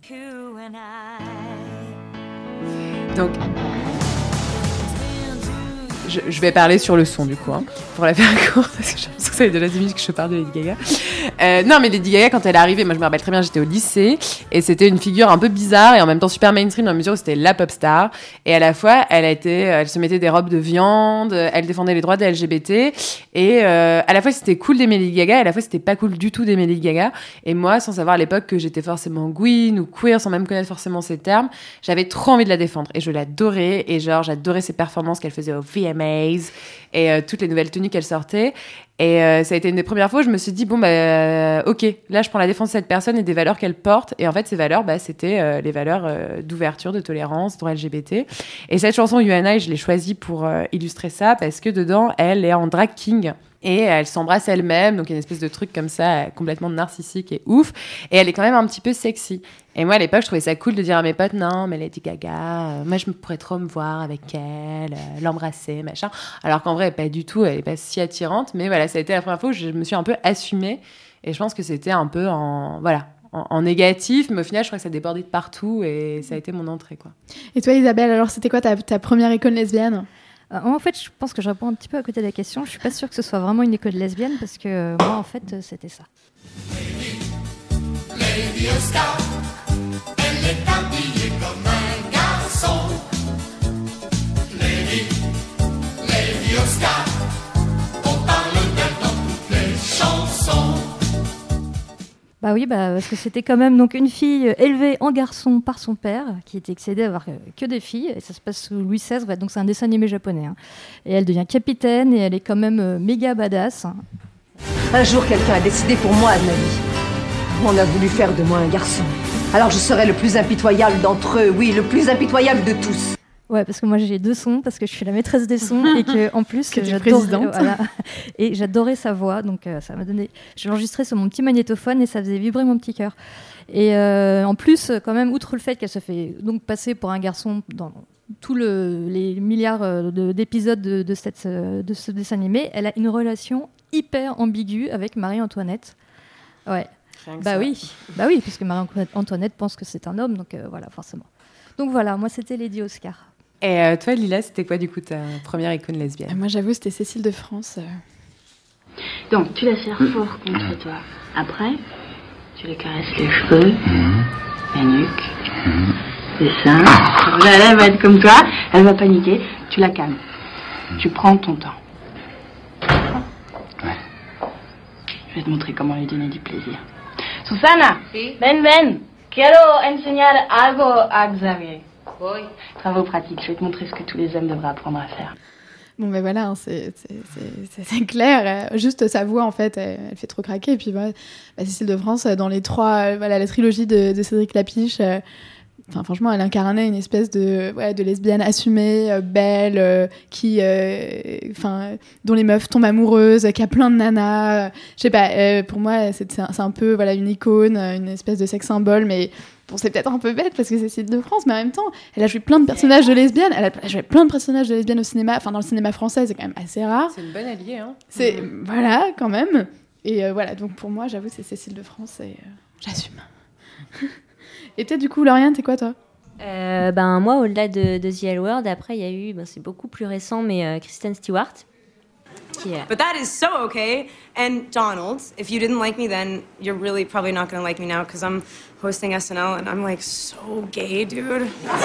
Donc, je, je vais parler sur le son du coup, hein, pour la faire courte, parce que j'ai l'impression que ça fait déjà dix minutes que je parle de Lady Gaga. Euh, non, mais Lady Gaga, quand elle est arrivée, moi je me rappelle très bien, j'étais au lycée, et c'était une figure un peu bizarre et en même temps super mainstream dans la mesure où c'était la pop star. Et à la fois, elle a été, elle se mettait des robes de viande, elle défendait les droits des L G B T, et euh, à la fois c'était cool d'aimer Lady Gaga, et à la fois c'était pas cool du tout d'aimer Lady Gaga. Et moi, sans savoir à l'époque que j'étais forcément Gwyn ou queer, sans même connaître forcément ces termes, j'avais trop envie de la défendre, et je l'adorais, et genre j'adorais ses performances qu'elle faisait au V M As et euh, toutes les nouvelles tenues qu'elle sortait. Et euh, ça a été une des premières fois où je me suis dit, bon, bah, euh, ok, là, je prends la défense de cette personne et des valeurs qu'elle porte. Et en fait, ces valeurs, bah, c'était euh, les valeurs euh, d'ouverture, de tolérance, droit L G B T. Et cette chanson, You and I, je l'ai choisie pour euh, illustrer ça parce que dedans, elle est en drag king. Et elle s'embrasse elle-même, donc il y a une espèce de truc comme ça, complètement narcissique et ouf. Et elle est quand même un petit peu sexy. Et moi, à l'époque, je trouvais ça cool de dire à mes potes, non, mais Lady Gaga, euh, moi, je me pourrais trop me voir avec elle, euh, l'embrasser, machin. Alors qu'en vrai, pas du tout, elle est pas si attirante. Mais voilà, ça a été la première fois où je me suis un peu assumée. Et je pense que c'était un peu en, voilà, en, en négatif. Mais au final, je crois que ça débordait de partout et ça a été mon entrée, quoi. Et toi, Isabelle, alors, c'était quoi ta, ta première icône lesbienne ? Euh, en fait, je pense que je réponds un petit peu à côté de la question. Je suis pas sûre que ce soit vraiment une école lesbienne parce que euh, moi, en fait, euh, c'était ça. Lady Oscar, elle est habillée comme un garçon. Lady, Lady Oscar, on parle d'elle dans toutes les chansons. Bah oui, bah, parce que c'était quand même donc une fille élevée en garçon par son père, qui était excédé à avoir que des filles, et ça se passe sous Louis seize, ouais, donc c'est un dessin animé japonais. Hein. Et elle devient capitaine, et elle est quand même euh, méga badass. Un jour, quelqu'un a décidé pour moi de ma vie. On a voulu faire de moi un garçon. Alors je serai le plus impitoyable d'entre eux, oui, le plus impitoyable de tous. Ouais, parce que moi j'ai deux sons, parce que je suis la maîtresse des sons et que en plus que j'adore, présidente. Voilà, et j'adorais sa voix, donc euh, ça m'a donné. Je l'enregistrais sur mon petit magnétophone et ça faisait vibrer mon petit cœur. Et euh, en plus, quand même, outre le fait qu'elle se fait donc passer pour un garçon dans tous le, les milliards de, d'épisodes de, de, cette, de ce dessin animé, elle a une relation hyper ambiguë avec Marie-Antoinette. Ouais. Bah ça. oui, bah oui, puisque Marie-Antoinette pense que c'est un homme, donc euh, voilà, forcément. Donc voilà, moi c'était Lady Oscar. Et euh, toi, Lila, c'était quoi du coup ta première icône lesbienne ? Moi, j'avoue, c'était Cécile de France. Donc, tu la serres fort contre toi. Après, tu lui caresses les cheveux, mmh. la nuque, mmh. les seins. Elle va être comme toi, elle va paniquer. Tu la calmes. Mmh. Tu prends ton temps. Ouais. Je vais te montrer comment lui donner du plaisir. Susana, ¿Sí? ven, ven. Quiero enseñar algo a Xavier. Oui. Travaux pratiques, je vais te montrer ce que tous les hommes devraient apprendre à faire. Bon ben voilà, hein, c'est, c'est, c'est, c'est clair. Juste sa voix, en fait, elle, elle fait trop craquer. Et puis voilà, bah, Cécile de France, dans les trois, voilà, la trilogie de, de Cédric Lapiche, euh, enfin franchement, elle incarnait une espèce de, ouais, de lesbienne assumée, euh, belle, euh, qui, enfin, euh, dont les meufs tombent amoureuses, qui a plein de nanas. Euh, je sais pas. Euh, pour moi, c'est, c'est, un, c'est un peu, voilà, une icône, une espèce de sex symbole, mais bon, c'est peut-être un peu bête parce que c'est Cécile de France, mais en même temps, elle a joué plein de personnages de lesbiennes. Elle a joué plein de personnages de lesbiennes au cinéma. Enfin, dans le cinéma français, c'est quand même assez rare. C'est une bonne alliée, hein. C'est, mmh. Voilà, quand même. Et euh, voilà, donc pour moi, j'avoue, c'est Cécile de France et euh, j'assume. Et peut-être du coup, Lauriane, t'es quoi, toi ? euh, Ben moi, au-delà de, de The L Word, après, il y a eu, ben, c'est beaucoup plus récent, mais euh, Kristen Stewart. Yeah. But that is so okay. And Donald, if you didn't like me then, you're really probably not going to like me now because I'm hosting S N L and I'm like so gay, dude.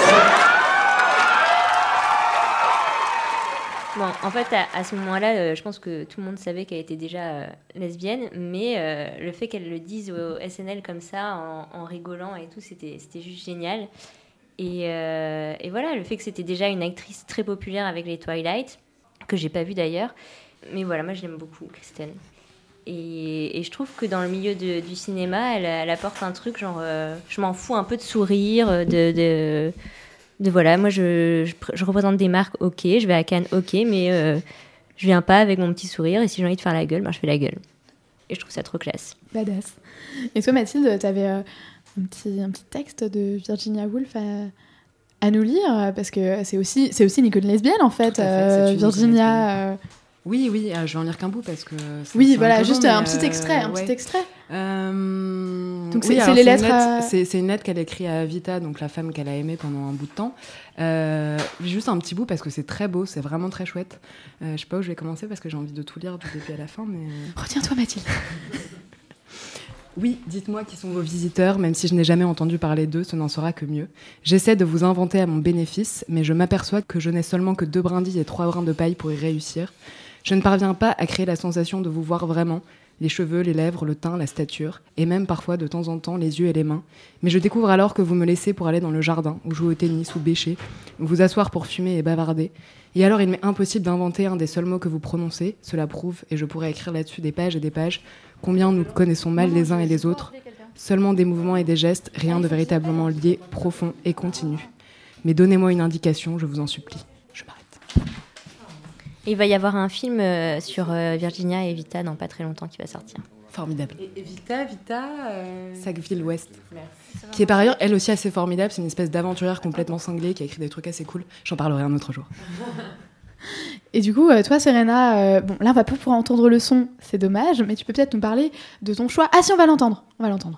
Bon, en fait, à, à ce moment-là, euh, je pense que tout le monde savait qu'elle était déjà euh, lesbienne, mais euh, le fait qu'elle le dise au S N L comme ça, en, en rigolant et tout, c'était, c'était juste génial. Et, euh, et voilà, le fait que c'était déjà une actrice très populaire avec les Twilight, que j'ai pas vu d'ailleurs. Mais voilà, moi je l'aime beaucoup, Kristen. Et, et je trouve que dans le milieu de, du cinéma, elle, elle apporte un truc genre, euh, je m'en fous un peu de sourire, de, de, de voilà, moi je, je, je représente des marques, ok, je vais à Cannes, ok, mais euh, je viens pas avec mon petit sourire et si j'ai envie de faire la gueule, ben je fais la gueule. Et je trouve ça trop classe. Badass. Et toi, Mathilde, t'avais euh, un petit un petit texte de Virginia Woolf à à nous lire, parce que c'est aussi, c'est aussi une icône lesbienne, en fait, Tout à fait, euh, c'est une Virginia... euh, Oui, oui, euh, je vais en lire qu'un bout parce que... c'est- Oui, c'est voilà, un peu juste long, un mais, petit extrait, un ouais. petit extrait. Euh, Donc, oui, c'est- c'est alors, les une lettres lettre- à- C'est c'est une lettre qu'elle écrit à Vita, donc la femme qu'elle a aimée pendant un bout de temps. Euh, juste un petit bout parce que c'est très beau, c'est vraiment très chouette. Euh, je sais pas où je vais commencer parce que j'ai envie de tout lire du début à la fin, mais... Retiens-toi, Mathilde. Oui, dites-moi qui sont vos visiteurs, même si je n'ai jamais entendu parler d'eux, ce n'en sera que mieux. J'essaie de vous inventer à mon bénéfice, mais je m'aperçois que je n'ai seulement que deux brindilles et trois brins de paille pour y réussir. Je ne parviens pas à créer la sensation de vous voir vraiment, les cheveux, les lèvres, le teint, la stature, et même parfois de temps en temps les yeux et les mains. Mais je découvre alors que vous me laissez pour aller dans le jardin, ou jouer au tennis, ou bêcher, ou vous asseoir pour fumer et bavarder. Et alors il m'est impossible d'inventer un des seuls mots que vous prononcez, cela prouve, et je pourrais écrire là-dessus des pages et des pages, combien nous connaissons mal les uns et les autres. Seulement des mouvements et des gestes, rien de véritablement lié, profond et continu. Mais donnez-moi une indication, je vous en supplie. Je m'arrête. Il va y avoir un film euh, sur euh, Virginia et Vita dans pas très longtemps qui va sortir. Formidable. Et, et Vita, Vita... Euh... Sackville West. Merci. Qui est par ailleurs, elle aussi, assez formidable. C'est une espèce d'aventurière complètement cinglée qui a écrit des trucs assez cool. J'en parlerai un autre jour. Et du coup, euh, toi, Serena, euh, bon, là, on va pas pouvoir entendre le son, c'est dommage, mais tu peux peut-être nous parler de ton choix. Ah si, on va l'entendre, on va l'entendre.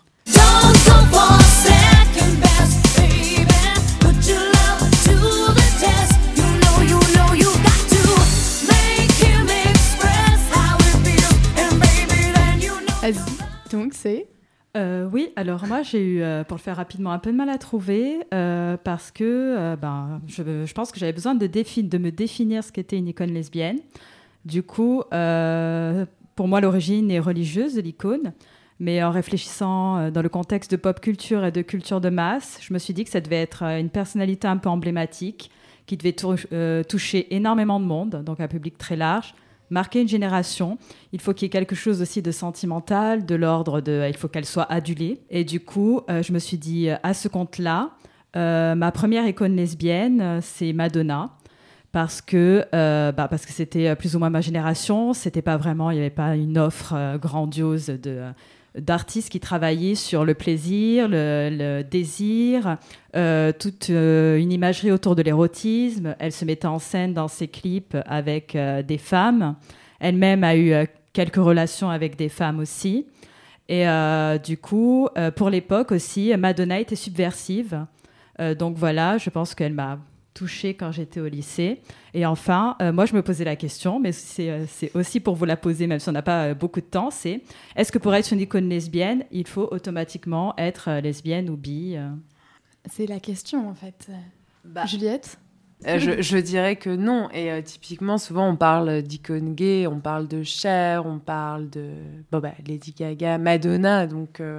Vas-y, donc c'est... Euh, oui, alors moi j'ai eu, euh, pour le faire rapidement, un peu de mal à trouver euh, parce que euh, ben, je, je pense que j'avais besoin de, défi- de me définir ce qu'était une icône lesbienne. Du coup, euh, pour moi l'origine est religieuse de l'icône, mais en réfléchissant euh, dans le contexte de pop culture et de culture de masse, je me suis dit que ça devait être euh, une personnalité un peu emblématique qui devait tou- euh, toucher énormément de monde, donc un public très large, marquer une génération. Il faut qu'il y ait quelque chose aussi de sentimental, de l'ordre de... Il faut qu'elle soit adulée. Et du coup, euh, je me suis dit, à ce compte-là, euh, ma première icône lesbienne, euh, c'est Madonna. Parce que, euh, bah, parce que c'était plus ou moins ma génération. C'était pas vraiment... Il n'y avait pas une offre euh, grandiose de... Euh, d'artistes qui travaillaient sur le plaisir, le, le désir, euh, toute euh, une imagerie autour de l'érotisme. Elle se mettait en scène dans ses clips avec euh, des femmes. Elle-même a eu euh, quelques relations avec des femmes aussi. Et euh, du coup, euh, pour l'époque aussi, Madonna était subversive. Euh, donc voilà, je pense qu'elle m'a touchée quand j'étais au lycée. Et enfin, euh, moi, je me posais la question, mais c'est, euh, c'est aussi pour vous la poser, même si on n'a pas euh, beaucoup de temps, c'est est-ce que pour être une icône lesbienne, il faut automatiquement être euh, lesbienne ou bi euh... C'est la question, en fait. Bah, Juliette euh, je, je dirais que non. Et euh, typiquement, souvent, on parle d'icône gay, on parle de Cher, on parle de bon, bah, Lady Gaga, Madonna. Donc, euh,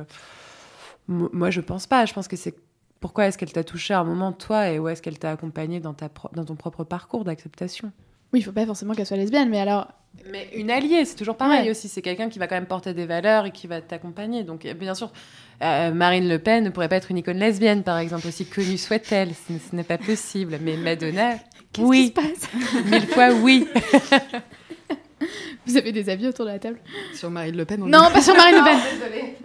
m- moi, je pense pas. Je pense que c'est pourquoi est-ce qu'elle t'a touché à un moment, toi, et où est-ce qu'elle t'a accompagné dans, ta pro- dans ton propre parcours d'acceptation? Oui, il faut pas forcément qu'elle soit lesbienne, mais alors... Mais une alliée, c'est toujours pareil Ouais. aussi. C'est quelqu'un qui va quand même porter des valeurs et qui va t'accompagner. Donc, euh, bien sûr, euh, Marine Le Pen ne pourrait pas être une icône lesbienne, par exemple, aussi connue soit-elle. Ce, ce n'est pas possible. Mais Madonna, Qu'est-ce oui. qui se passe? Mille fois oui. Vous avez des avis autour de la table? Sur Marine Le Pen? Non, pas sur Marine Le Pen. Désolée.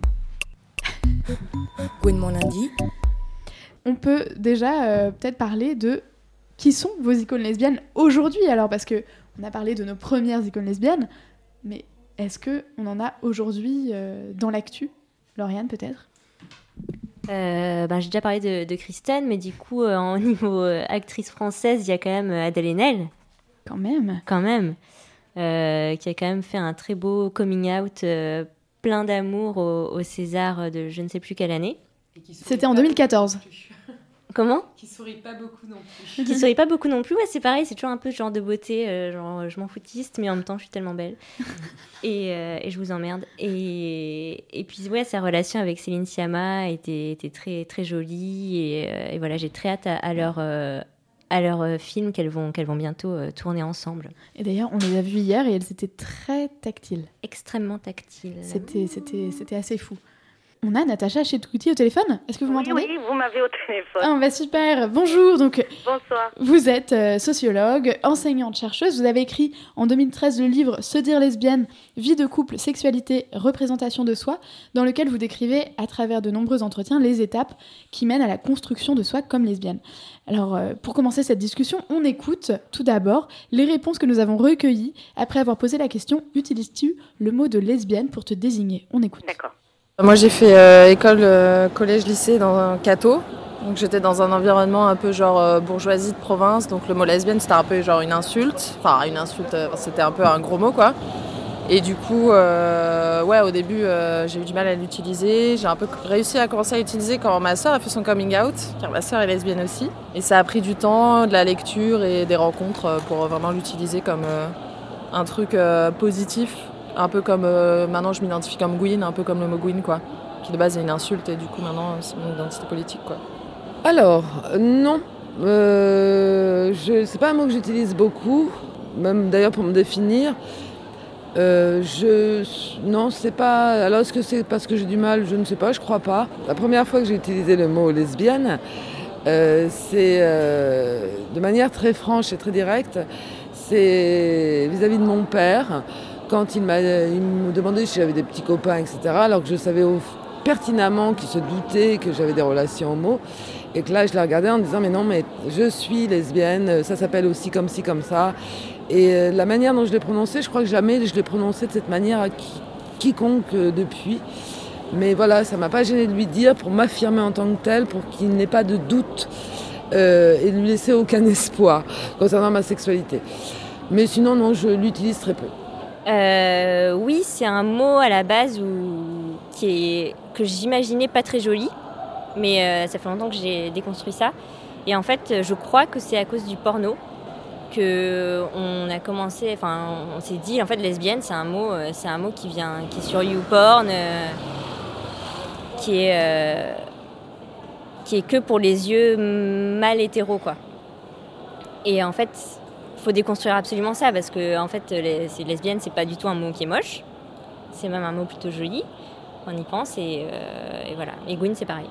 Gwen mon lundi. On peut déjà euh, peut-être parler de qui sont vos icônes lesbiennes aujourd'hui, alors, parce que on a parlé de nos premières icônes lesbiennes, mais est-ce que on en a aujourd'hui euh, dans l'actu? Lauriane, peut-être? Euh, ben, j'ai déjà parlé de, de Kristen, mais du coup, euh, en niveau euh, actrice française, il y a quand même Adèle Haenel. Quand même. Quand même. Euh, qui a quand même fait un très beau coming out, euh, plein d'amour au, au César de je ne sais plus quelle année. C'était en deux mille quatorze. Comment? Qui sourit pas beaucoup non plus. Qui sourit pas beaucoup non plus. Ouais, c'est pareil, c'est toujours un peu ce genre de beauté, euh, genre je m'en foutiste, mais en même temps je suis tellement belle. et, euh, et je vous emmerde. Et, et puis ouais, sa relation avec Céline Sciamma était, était très, très jolie. Et, euh, et voilà, j'ai très hâte à, à leur, euh, à leur euh, film qu'elles vont, qu'elles vont bientôt euh, tourner ensemble. Et d'ailleurs, on les a vues hier et elles étaient très tactiles. Extrêmement tactiles. C'était, c'était, c'était assez fou. on a Natacha Chetcuti au téléphone. Est-ce que vous oui, m'entendez ? Oui, vous m'avez au téléphone. Ah, bah super. Bonjour. Donc, bonsoir. Vous êtes euh, sociologue, enseignante, chercheuse. Vous avez écrit en deux mille treize le livre Se dire lesbienne, vie de couple, sexualité, représentation de soi, dans lequel vous décrivez à travers de nombreux entretiens les étapes qui mènent à la construction de soi comme lesbienne. Alors, euh, pour commencer cette discussion, on écoute tout d'abord les réponses que nous avons recueillies après avoir posé la question « Utilises-tu le mot de lesbienne pour te désigner ?» On écoute. D'accord. Moi j'ai fait euh, école, euh, collège, lycée dans un catho. Donc j'étais dans un environnement un peu genre euh, bourgeoisie de province. Donc le mot lesbienne c'était un peu genre une insulte. Enfin une insulte, euh, c'était un peu un gros mot quoi. Et du coup, euh, ouais, au début euh, j'ai eu du mal à l'utiliser. J'ai un peu réussi à commencer à l'utiliser quand ma sœur a fait son coming out, car ma sœur est lesbienne aussi. Et ça a pris du temps, de la lecture et des rencontres pour vraiment l'utiliser comme euh, un truc euh, positif. Un peu comme, euh, maintenant je m'identifie comme Gwyn, un peu comme le mot Gwyn quoi. Qui de base est une insulte et du coup maintenant c'est mon identité politique quoi. Alors, non. Euh, je, c'est pas un mot que j'utilise beaucoup, même d'ailleurs pour me définir. Euh, je, non, c'est pas. Alors, est-ce que c'est parce que j'ai du mal ? Je ne sais pas, je crois pas. La première fois que j'ai utilisé le mot lesbienne, euh, c'est euh, de manière très franche et très directe. C'est vis-à-vis de mon père, quand il, m'a, il me demandait si j'avais des petits copains, et cetera, alors que je savais au, pertinemment qu'il se doutait que j'avais des relations homo. Et que là, je l'ai regardé en disant, mais non, mais je suis lesbienne, ça s'appelle aussi comme ci, comme ça. Et euh, la manière dont je l'ai prononcé, je crois que jamais je l'ai prononcé de cette manière à qui, quiconque euh, depuis. Mais voilà, ça ne m'a pas gêné de lui dire pour m'affirmer en tant que telle, pour qu'il n'ait pas de doute euh, et de lui laisser aucun espoir concernant ma sexualité. Mais sinon, non, je l'utilise très peu. Euh, oui, c'est un mot à la base où, qui est, que j'imaginais pas très joli. Mais euh, ça fait longtemps que j'ai déconstruit ça. Et en fait, je crois que c'est à cause du porno qu'on a commencé, enfin, on s'est dit, en fait, lesbienne, c'est un mot, euh, c'est un mot qui vient, qui est sur YouPorn, euh, qui est, euh, qui est que pour les yeux mâles hétéros, quoi. Et en fait, faut déconstruire absolument ça parce que, en fait, les, c'est lesbienne, c'est pas du tout un mot qui est moche. C'est même un mot plutôt joli. On y pense et, euh, et voilà. Et Gwyn, c'est pareil.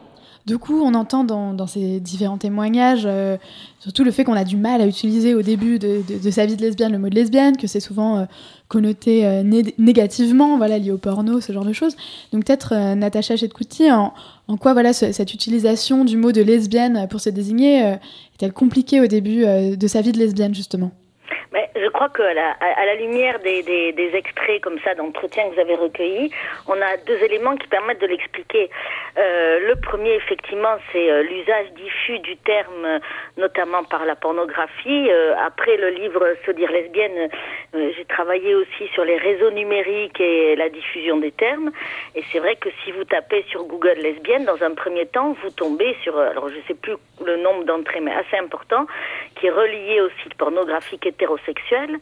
Du coup, on entend dans, dans ces différents témoignages, euh, surtout le fait qu'on a du mal à utiliser au début de, de, de sa vie de lesbienne le mot de lesbienne, que c'est souvent euh, connoté euh, né- négativement, voilà, lié au porno, ce genre de choses. Donc peut-être, euh, Natacha Chetcuti, en, en quoi voilà, ce, cette utilisation du mot de lesbienne pour se désigner euh, est-elle compliquée au début euh, de sa vie de lesbienne, justement ? Mais je crois qu'à la, à la lumière des, des, des extraits comme ça d'entretien que vous avez recueillis, on a deux éléments qui permettent de l'expliquer. Euh, le premier, effectivement, c'est euh, l'usage diffus du terme, euh, notamment par la pornographie. Euh, après le livre Se dire lesbienne, euh, j'ai travaillé aussi sur les réseaux numériques et la diffusion des termes. Et c'est vrai que si vous tapez sur Google lesbienne, dans un premier temps, vous tombez sur, alors je sais plus le nombre d'entrées, mais assez important, qui est relié au site pornographique hétérosexuel,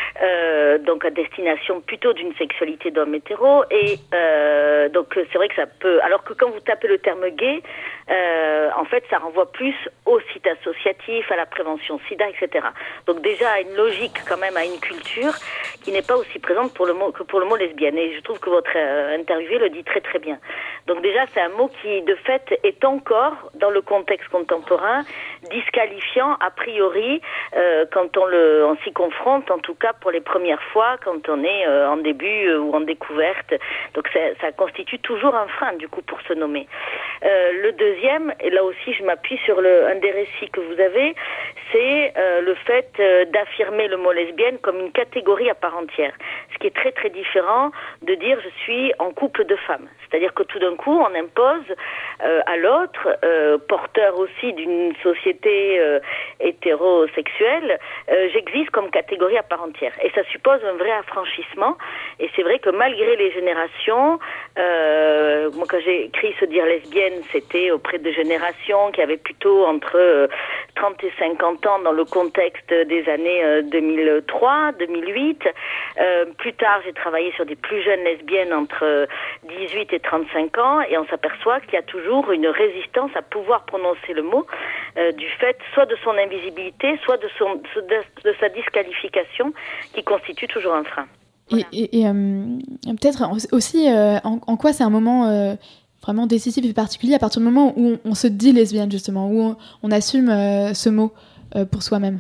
euh, donc à destination plutôt d'une sexualité d'homme hétéro. Et euh, donc c'est vrai que ça peut... Alors que quand vous tapez le terme gay, euh, en fait ça renvoie plus au site associatif, à la prévention sida, et cetera. Donc déjà à une logique quand même, à une culture qui n'est pas aussi présente pour le mot, que pour le mot lesbienne. Et je trouve que votre euh, interviewé le dit très très bien. Donc déjà c'est un mot qui de fait est encore dans le contexte contemporain disqualifiant a priori euh, quand on, le, on s'y confronte, en tout cas pour les premières fois, quand on est euh, en début euh, ou en découverte. Donc ça, ça constitue toujours un frein du coup pour se nommer. Euh, le deuxième, et là aussi je m'appuie sur le, un des récits que vous avez, c'est euh, le fait euh, d'affirmer le mot lesbienne comme une catégorie à part entière. Ce qui est très très différent de dire je suis en couple de femmes. C'est-à-dire que tout d'un coup on impose euh, à l'autre, euh, porteur aussi d'une société euh, hétérosexuelle, euh, j'existe comme catégorie à part entière. Et ça suppose un vrai affranchissement. Et c'est vrai que malgré les générations, euh, moi quand j'ai écrit Se dire lesbienne, c'était auprès de générations qui avaient plutôt entre euh, trente et cinquante ans dans le contexte des années euh, deux mille trois, deux mille huit. Euh, plus tard, j'ai travaillé sur des plus jeunes lesbiennes entre dix-huit et trente-cinq ans et on s'aperçoit qu'il y a toujours une résistance à pouvoir prononcer le mot euh, du fait soit de son invisibilité, soit de, son, de, de sa disqualification qui constitue toujours un frein. Voilà. Et, et, et euh, peut-être aussi, euh, en, en quoi c'est un moment euh, vraiment décisif et particulier, à partir du moment où on, on se dit lesbienne, justement, où on, on assume euh, ce mot euh, pour soi-même.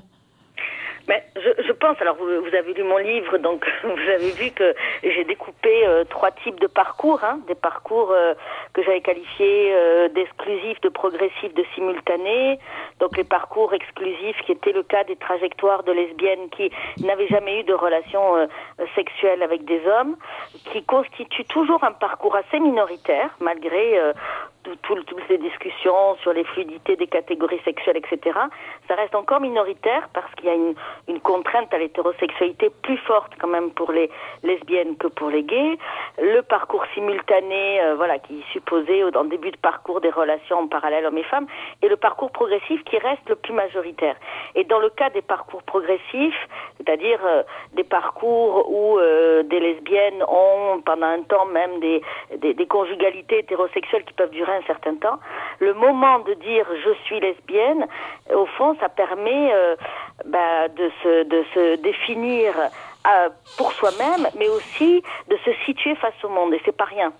Mais je, je pense, alors vous, vous avez lu mon livre, donc vous avez vu que j'ai découpé euh, trois types de parcours, hein, des parcours euh, que j'avais qualifiés euh, d'exclusifs, de progressifs, de simultanés. Donc les parcours exclusifs qui étaient le cas des trajectoires de lesbiennes qui n'avaient jamais eu de relation euh, sexuelle avec des hommes, qui constituent toujours un parcours assez minoritaire, malgré euh, toutes ces discussions sur les fluidités des catégories sexuelles, et cetera. Ça reste encore minoritaire parce qu'il y a une, une contrainte à l'hétérosexualité plus forte quand même pour les lesbiennes que pour les gays. Le parcours simultané, euh, voilà, qui supposait au en début de parcours des relations en parallèle hommes et femmes, et le parcours progressif qui reste le plus majoritaire. Et dans le cas des parcours progressifs, c'est-à-dire euh, des parcours où euh, des lesbiennes ont pendant un temps même des, des, des conjugalités hétérosexuelles qui peuvent durer un certain temps, le moment de dire je suis lesbienne, au fond ça permet euh, bah, de, se, de se définir euh, pour soi-même, mais aussi de se situer face au monde, et c'est pas rien.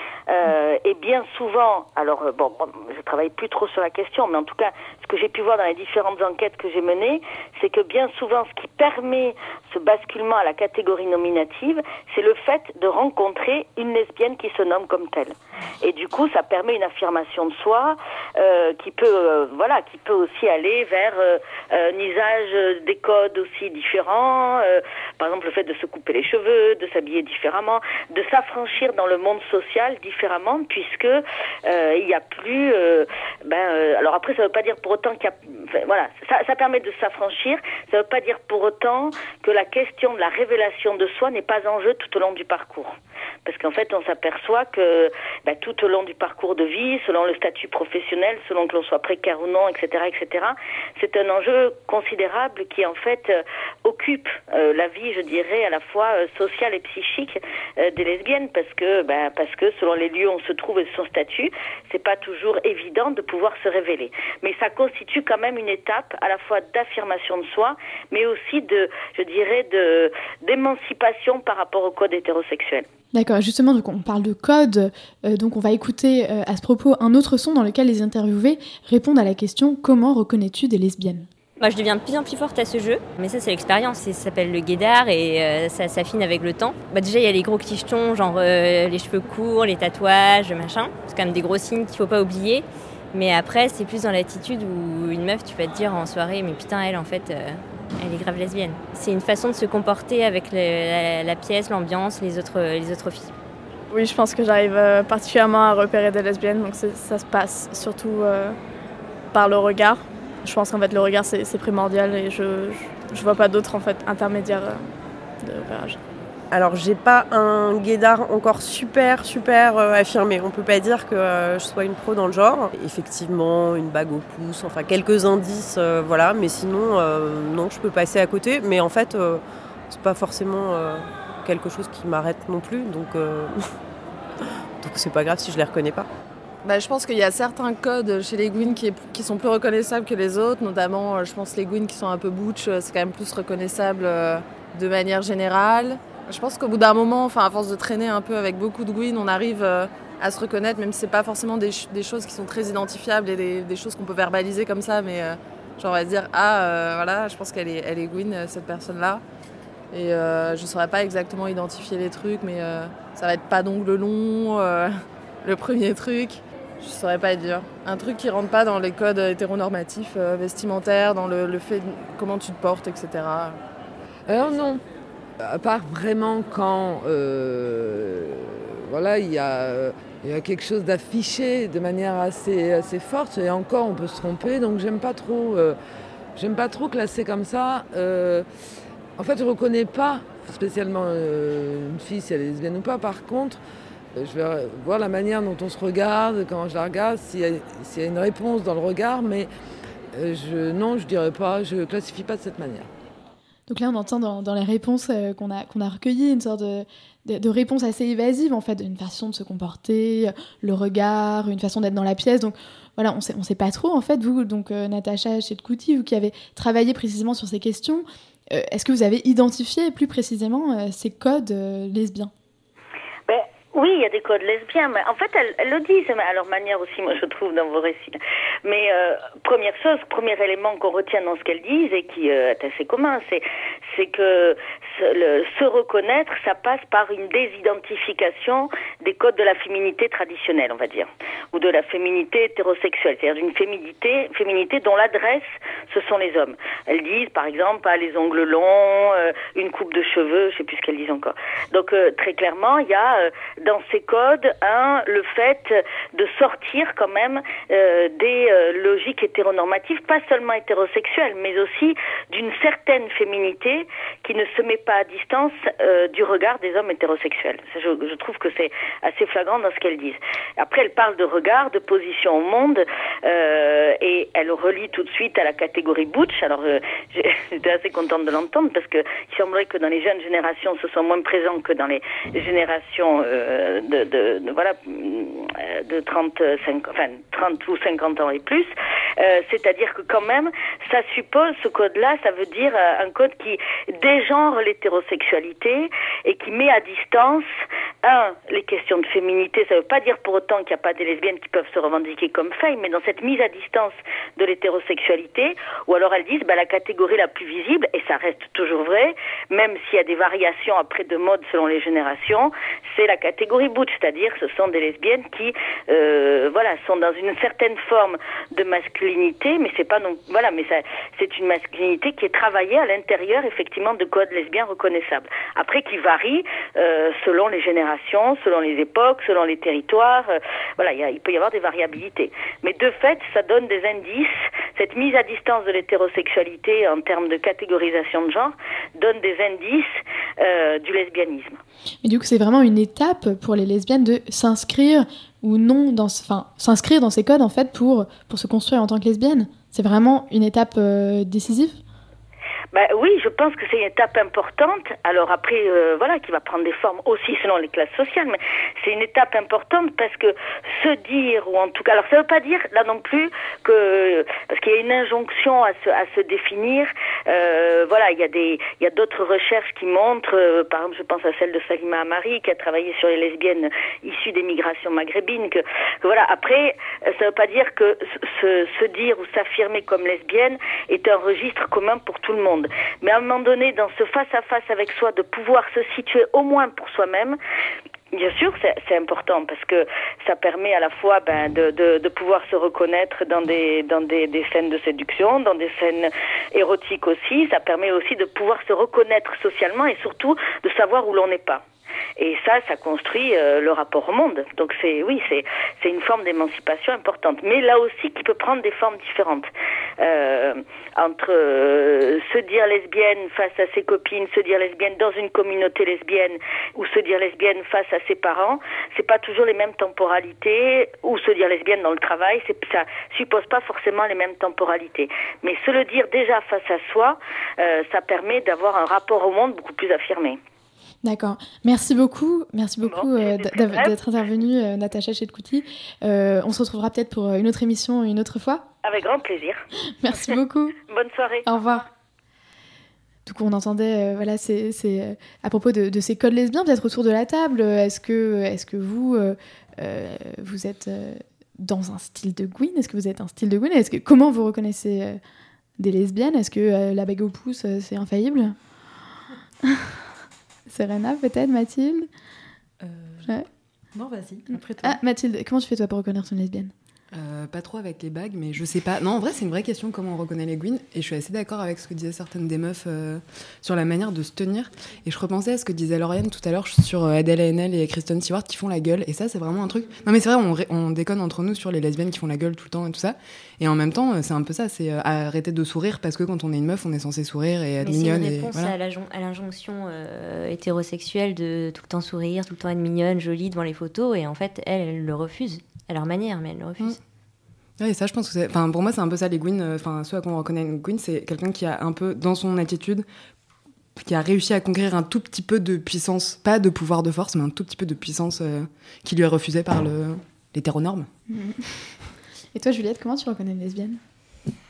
Euh, et bien souvent, alors bon, bon, je travaille plus trop sur la question, mais en tout cas, ce que j'ai pu voir dans les différentes enquêtes que j'ai menées, c'est que bien souvent, ce qui permet ce basculement à la catégorie nominative, c'est le fait de rencontrer une lesbienne qui se nomme comme telle. Et du coup, ça permet une affirmation de soi euh, qui peut, euh, voilà, qui peut aussi aller vers euh, un usage des codes aussi différents. Euh, par exemple, le fait de se couper les cheveux, de s'habiller différemment, de s'affranchir dans le monde social différemment, puisque euh, il y a plus. Euh, ben, euh, alors après, ça veut pas dire pour autant qu'il y a. Enfin, voilà, ça, ça permet de s'affranchir. Ça veut pas dire pour autant que la question de la révélation de soi n'est pas en jeu tout au long du parcours. Parce qu'en fait, on s'aperçoit que ben, tout au long du parcours de vie, selon le statut professionnel, selon que l'on soit précaire ou non, et cetera, et cetera, c'est un enjeu considérable qui en fait euh, occupe euh, la vie, je dirais, à la fois euh, sociale et psychique euh, des lesbiennes, parce que, ben, parce que selon les lieux où on se trouve et son statut, c'est pas toujours évident de pouvoir se révéler. Mais ça constitue quand même une étape à la fois d'affirmation de soi, mais aussi de, je dirais, de d'émancipation par rapport au code hétérosexuel. D'accord, justement, donc on parle de code, euh, donc on va écouter euh, à ce propos un autre son dans lequel les interviewés répondent à la question « Comment reconnais-tu des lesbiennes ?» Moi, je deviens de plus en plus forte à ce jeu, mais ça, c'est l'expérience. Ça s'appelle le guédard et euh, ça s'affine avec le temps. Bah, déjà, il y a les gros clichetons, genre euh, les cheveux courts, les tatouages, machin. C'est quand même des gros signes qu'il faut pas oublier. Mais après, c'est plus dans l'attitude où une meuf, tu vas te dire en soirée, mais putain, elle, en fait, euh, elle est grave lesbienne. C'est une façon de se comporter avec le, la, la pièce, l'ambiance, les autres, les autres filles. Oui, je pense que j'arrive particulièrement à repérer des lesbiennes, donc ça se passe surtout euh, par le regard. Je pense qu'en fait le regard c'est, c'est primordial et je, je je vois pas d'autres en fait intermédiaires de repérage. Alors j'ai pas un guédard encore super super euh, affirmé. On peut pas dire que euh, je sois une pro dans le genre. Effectivement, une bague au pouce, enfin quelques indices, euh, voilà. Mais sinon, euh, non, je peux passer à côté. Mais en fait, euh, c'est pas forcément euh, quelque chose qui m'arrête non plus. Donc, euh... donc c'est pas grave si je les reconnais pas. Bah, je pense qu'il y a certains codes chez les Gwyn qui, qui sont plus reconnaissables que les autres, notamment je pense les Gwyn qui sont un peu butch, c'est quand même plus reconnaissable euh, de manière générale. Je pense qu'au bout d'un moment, enfin à force de traîner un peu avec beaucoup de Gwyn, on arrive euh, à se reconnaître, même si c'est pas forcément des, des choses qui sont très identifiables et des, des choses qu'on peut verbaliser comme ça, mais euh, genre on va se dire ah euh, voilà, je pense qu'elle est, elle est Gwyn, cette personne-là. Et euh, je saurais pas exactement identifier les trucs, mais euh, ça va être pas d'ongles longs, euh, le premier truc. Je saurais pas dire. Un truc qui rentre pas dans les codes hétéronormatifs euh, vestimentaires, dans le, le fait de comment tu te portes, et cetera. Alors non, à part vraiment quand euh, voilà, il y a, il y a quelque chose d'affiché de manière assez, assez forte, et encore on peut se tromper, donc j'aime pas trop, euh, j'aime pas trop classer comme ça. Euh, en fait, je reconnais pas spécialement euh, une fille si elle est lesbienne ou pas. Par contre, je vais voir la manière dont on se regarde, quand je la regarde, s'il y a, s'il y a une réponse dans le regard, mais je, non, je dirais pas, je classifie pas de cette manière. Donc là, on entend dans, dans les réponses euh, qu'on a, qu'on a recueillies une sorte de, de, de réponse assez évasive, en fait, une façon de se comporter, le regard, une façon d'être dans la pièce. Donc voilà, on sait, on sait pas trop, en fait, vous, donc euh, Natacha Chetcuti, vous qui avez travaillé précisément sur ces questions, Euh, est-ce que vous avez identifié plus précisément euh, ces codes euh, lesbiens ? Ben, oui, il y a des codes lesbiens, mais en fait, elles, elles le disent à leur manière aussi, moi je trouve, dans vos récits. Mais euh, première chose, premier élément qu'on retient dans ce qu'elles disent et qui euh, est assez commun, c'est, c'est que se, le, se reconnaître, ça passe par une désidentification des codes de la féminité traditionnelle, on va dire, ou de la féminité hétérosexuelle, c'est-à-dire d'une féminité, féminité dont l'adresse, ce sont les hommes. Elles disent, par exemple, pas les ongles longs, euh, une coupe de cheveux, je sais plus ce qu'elles disent encore. Donc euh, très clairement, il y a euh, dans ces codes, un, le fait de sortir quand même euh, des euh, logiques hétéronormatives, pas seulement hétérosexuelles, mais aussi d'une certaine féminité qui ne se met pas à distance euh, du regard des hommes hétérosexuels. Ça, je, je trouve que c'est assez flagrant dans ce qu'elles disent. Après, elles parlent de regard, de position au monde, euh, et elles relient tout de suite à la catégorie butch. Alors, euh, j'étais assez contente de l'entendre parce que il semblerait que dans les jeunes générations, ce soit moins présent que dans les générations euh, de, de, de voilà de trente-cinq, enfin trente ou cinquante ans et plus. Euh, c'est-à-dire que quand même, ça suppose, ce code-là, ça veut dire euh, un code qui dégenre l'hétérosexualité et qui met à distance, un, les questions de féminité. Ça ne veut pas dire pour autant qu'il n'y a pas des lesbiennes qui peuvent se revendiquer comme femmes, mais dans cette mise à distance de l'hétérosexualité, ou alors elles disent, bah, la catégorie la plus visible, et ça reste toujours vrai, même s'il y a des variations après de mode selon les générations, c'est la catégorie butch, c'est-à-dire ce sont des lesbiennes qui, euh, voilà, sont dans une certaine forme de masculinité, mais c'est pas non, voilà, mais ça, c'est une masculinité qui est travaillée à l'intérieur, effectivement, de codes lesbiens reconnaissables. Après, qui varie euh, selon les générations, selon les époques, selon les territoires. Euh, voilà, y a, il peut y avoir des variabilités. Mais de fait, ça donne des indices. Cette mise à distance de l'hétérosexualité en termes de catégorisation de genre donne des indices euh, du lesbianisme. Et du coup, c'est vraiment une étape pour les lesbiennes de s'inscrire ou non dans, enfin, s'inscrire dans ces codes en fait pour pour se construire en tant que lesbienne. C'est vraiment une étape euh, décisive. Ben oui, je pense que c'est une étape importante. Alors après, euh, voilà, qui va prendre des formes aussi selon les classes sociales, mais c'est une étape importante parce que se dire, ou en tout cas, alors ça veut pas dire là non plus que, parce qu'il y a une injonction à se, à se définir. Euh, voilà, il y a des, il y a d'autres recherches qui montrent, euh, par exemple, je pense à celle de Salima Amari qui a travaillé sur les lesbiennes issues des migrations maghrébines. Que, que voilà, après, ça veut pas dire que se, se dire ou s'affirmer comme lesbienne est un registre commun pour tout le monde. Mais à un moment donné, dans ce face-à-face avec soi, de pouvoir se situer au moins pour soi-même, bien sûr, c'est, c'est important parce que ça permet à la fois ben, de, de, de pouvoir se reconnaître dans des dans des, des scènes de séduction, dans des scènes érotiques aussi. Ça permet aussi de pouvoir se reconnaître socialement et surtout de savoir où l'on n'est pas. Et ça, ça construit euh, le rapport au monde. Donc c'est, oui, c'est, c'est une forme d'émancipation importante. Mais là aussi, qui peut prendre des formes différentes. Euh, entre euh, se dire lesbienne face à ses copines, se dire lesbienne dans une communauté lesbienne, ou se dire lesbienne face à ses parents, c'est pas toujours les mêmes temporalités. Ou se dire lesbienne dans le travail, c'est, ça suppose pas forcément les mêmes temporalités. Mais se le dire déjà face à soi, euh, ça permet d'avoir un rapport au monde beaucoup plus affirmé. D'accord. Merci beaucoup. Merci beaucoup bon, euh, d'être intervenue, euh, Natacha Chetkouti. Euh, on se retrouvera peut-être pour une autre émission une autre fois. Avec grand plaisir. Merci beaucoup. Bonne soirée. Au revoir. Du coup, on entendait, euh, voilà, c'est, c'est euh, à propos de, de ces codes lesbiens, peut-être autour de la table. Est-ce que, est-ce que vous, euh, euh, vous êtes euh, dans un style de Gwyn ? Est-ce que vous êtes un style de Gwyn ? Est-ce que comment vous reconnaissez euh, des lesbiennes ? Est-ce que euh, la bague au pouce, euh, c'est infaillible ? Serena, peut-être, Mathilde euh, ouais. Non, vas-y, après toi. Ah, Mathilde, comment tu fais toi pour reconnaître une lesbienne ? Euh, pas trop avec les bagues, mais je sais pas. Non, en vrai, c'est une vraie question comment on reconnaît les Gwyn. Et je suis assez d'accord avec ce que disaient certaines des meufs euh, sur la manière de se tenir. Et je repensais à ce que disait Lauriane tout à l'heure sur Adèle Haenel et Kristen Stewart qui font la gueule. Et ça, c'est vraiment un truc. Non, mais c'est vrai, on, ré... on déconne entre nous sur les lesbiennes qui font la gueule tout le temps et tout ça. Et en même temps, c'est un peu ça. C'est euh, arrêter de sourire parce que quand on est une meuf, on est censé sourire et être mais mignonne. C'est une réponse et, voilà. à, la, à l'injonction euh, hétérosexuelle de tout le temps sourire, tout le temps être mignonne, jolie devant les photos. Et en fait, elle, elle le refuse. À leur manière, mais elle le refuse. Mmh. Ouais, et ça, je pense que c'est. Enfin, pour moi, c'est un peu ça, les Gwyn. Enfin, ceux à quoi on reconnaît une Gwyn, c'est quelqu'un qui a un peu, dans son attitude, qui a réussi à conquérir un tout petit peu de puissance, pas de pouvoir de force, mais un tout petit peu de puissance euh, qui lui est refusée par le, l'hétéronorme. Mmh. Et toi, Juliette, comment tu reconnais une lesbienne ?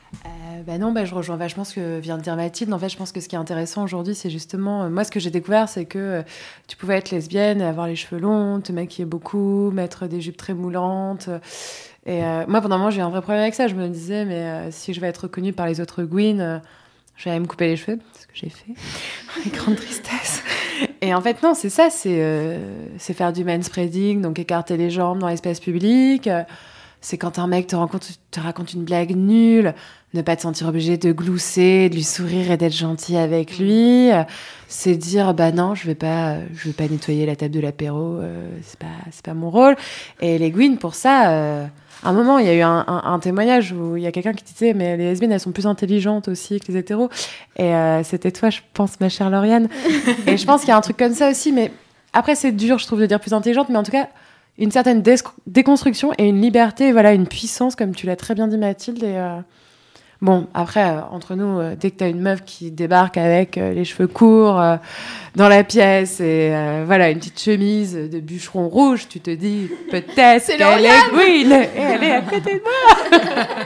Euh, bah non, bah, je rejoins vachement ce que vient de dire Mathilde. En fait, je pense que ce qui est intéressant aujourd'hui, c'est justement... Euh, moi, ce que j'ai découvert, c'est que euh, tu pouvais être lesbienne, avoir les cheveux longs, te maquiller beaucoup, mettre des jupes très moulantes. Euh, et euh, moi, pendant un moment, j'ai eu un vrai problème avec ça. Je me disais, mais euh, si je vais être reconnue par les autres Gwyn, euh, je vais aller me couper les cheveux, ce que j'ai fait, avec grande tristesse. Et en fait, non, c'est ça, c'est, euh, c'est faire du manspreading, donc écarter les jambes dans l'espace public. Euh, c'est quand un mec te, rencontre, te raconte une blague nulle, ne pas te sentir obligé de glousser, de lui sourire et d'être gentil avec lui. C'est dire, bah non, je vais pas, je vais pas nettoyer la table de l'apéro, euh, c'est pas, c'est pas mon rôle. Et les Gwyn, pour ça, euh, à un moment, il y a eu un, un, un témoignage où il y a quelqu'un qui disait, mais les lesbiennes, elles sont plus intelligentes aussi que les hétéros. Et euh, c'était toi, je pense, ma chère Lauriane. Et je pense qu'il y a un truc comme ça aussi, mais après, c'est dur, je trouve, de dire plus intelligente, mais en tout cas, une certaine dé- déconstruction et une liberté, voilà, une puissance, comme tu l'as très bien dit, Mathilde. Et euh, bon, après, euh, entre nous, euh, dès que t'as une meuf qui débarque avec euh, les cheveux courts euh, dans la pièce et euh, voilà, une petite chemise de bûcheron rouge, tu te dis peut-être c'est qu'elle est Gwyn et elle est à côté de moi.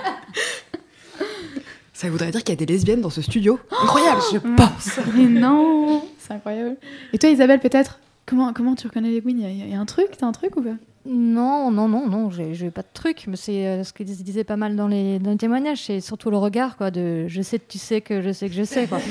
Ça voudrait dire qu'il y a des lesbiennes dans ce studio. Incroyable, je Oh, pense. Mais non, c'est incroyable. Et toi, Isabelle, peut-être Comment, comment tu reconnais les Gwyn ? Il y, a- il y a un truc, t'as un truc ou pas ? Non, non, non, non, j'ai, j'ai pas de truc, mais c'est euh, ce qu'ils disaient pas mal dans les, dans les témoignages, c'est surtout le regard, quoi, de je sais que tu sais que je sais que je sais, quoi.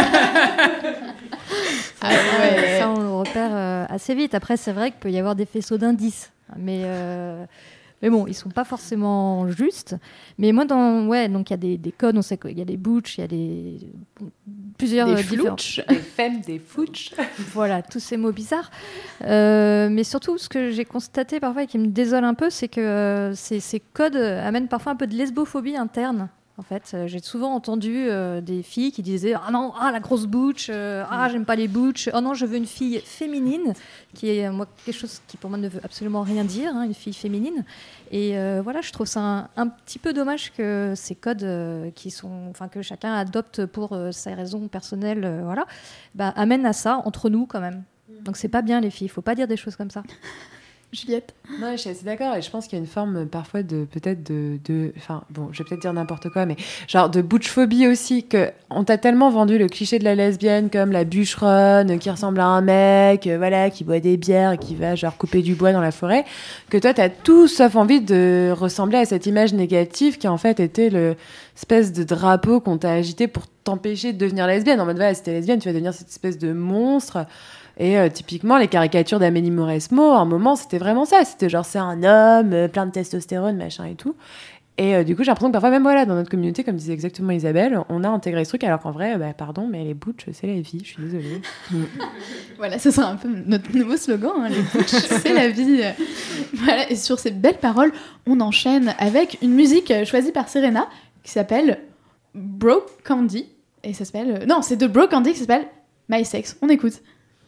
Ah ouais. Ça, on le repère euh, assez vite. Après, c'est vrai qu'il peut y avoir des faisceaux d'indices, mais, euh, mais bon, ils sont pas forcément justes. Mais moi, dans, ouais, donc il y a des, des codes, on sait qu'il y a des butch, il y a des plusieurs Des euh, différents- flouches, des femmes, des fouches. Voilà, tous ces mots bizarres. Euh, mais surtout, ce que j'ai constaté parfois et qui me désole un peu, c'est que euh, ces, ces codes amènent parfois un peu de lesbophobie interne. En fait, Euh, j'ai souvent entendu euh, des filles qui disaient ah non, ah la grosse butch, euh, ah j'aime pas les butch, oh non je veux une fille féminine, qui est euh, moi quelque chose qui pour moi ne veut absolument rien dire, hein, une fille féminine. Et euh, voilà, je trouve ça un, un petit peu dommage que ces codes euh, qui sont, enfin que chacun adopte pour euh, ses raisons personnelles, euh, voilà, bah, amènent à ça entre nous quand même. Donc c'est pas bien les filles, faut pas dire des choses comme ça. Juliette. Non, je suis assez d'accord et je pense qu'il y a une forme euh, parfois de peut-être de, de enfin bon, je vais peut-être dire n'importe quoi, mais genre de butchphobie aussi, que on t'a tellement vendu le cliché de la lesbienne comme la bûcheronne qui ressemble à un mec, euh, voilà, qui boit des bières et qui va genre couper du bois dans la forêt, que toi t'as tout sauf envie de ressembler à cette image négative qui en fait était le espèce de drapeau qu'on t'a agité pour t'empêcher de devenir lesbienne. En mode voilà, si t'es lesbienne, tu vas devenir cette espèce de monstre. Et euh, typiquement, les caricatures d'Amélie Mauresmo, à un moment, c'était vraiment ça. C'était genre, c'est un homme, euh, plein de testostérone, machin et tout. Et euh, du coup, j'ai l'impression que parfois, même voilà, dans notre communauté, comme disait exactement Isabelle, on a intégré ce truc, alors qu'en vrai, bah, pardon, mais les butch, c'est la vie, je suis désolée. Voilà, ce sera un peu notre nouveau slogan, hein, les butch, c'est la vie. Voilà, et sur ces belles paroles, on enchaîne avec une musique euh, choisie par Serena, qui s'appelle Broke Candy. Et ça s'appelle... euh, Non, c'est de Broke Candy qui s'appelle My Sex. On écoute.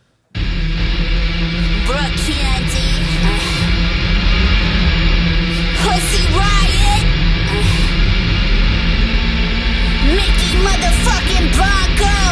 Brooke Candy, Pussy Riot, Mickey motherfucking Bronco,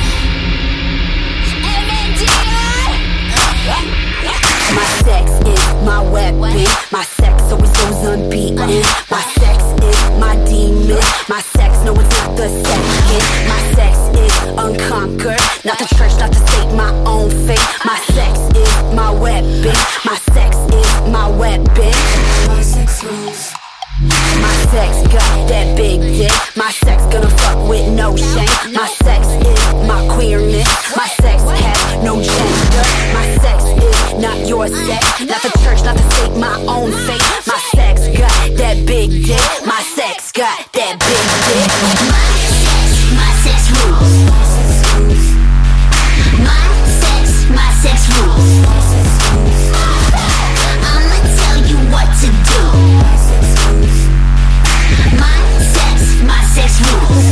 M N D R. My sex is my weapon, my sex always goes unbeaten. My sex is my demon, my sex, no it's not the second. My sex is unconquered, not the church, not the state, my own fate. My sex is my weapon, my sex is my weapon. My sex rules. My sex got that big dick. My sex gonna fuck with no shame. My sex is my queerness. My sex has no gender. My sex is not your sex, not the church, not the state, my own fate. My sex got that big dick. My sex got that big dick. My sex, my sex rules. My sex, my sex rules. I'ma tell you what to do. My sex, my sex rules.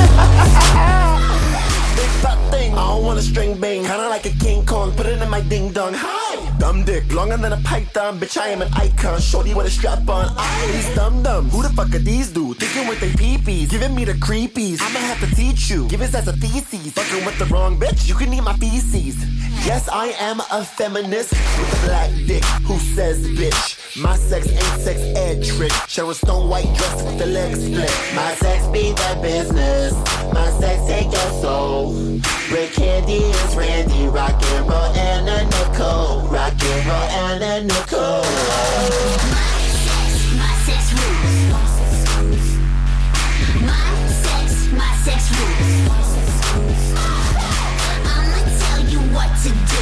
Big fat thing, I don't want a string bang. Kinda like a King Kong, put it in my ding dong. Hi! Dumb dick, longer than a python. Bitch, I am an icon. Shorty with a strap on. Eyes, dumb dumb. Who the fuck are these dudes? Thinking with they peepees. Giving me the creepies. I'ma have to teach you. Give us as a thesis. Fucking with the wrong bitch. You can eat my feces. Yes, I am a feminist with a black dick. Who says bitch? My sex ain't sex ed trick. Sharon Stone white dress with the legs split. My sex be the business. My sex take your soul. Rick Candy is Randy. Rock and roll and a nickel. Rock and roll and a nickel. My sex, my sex rules. My sex, my sex rules. I'ma tell you what to do.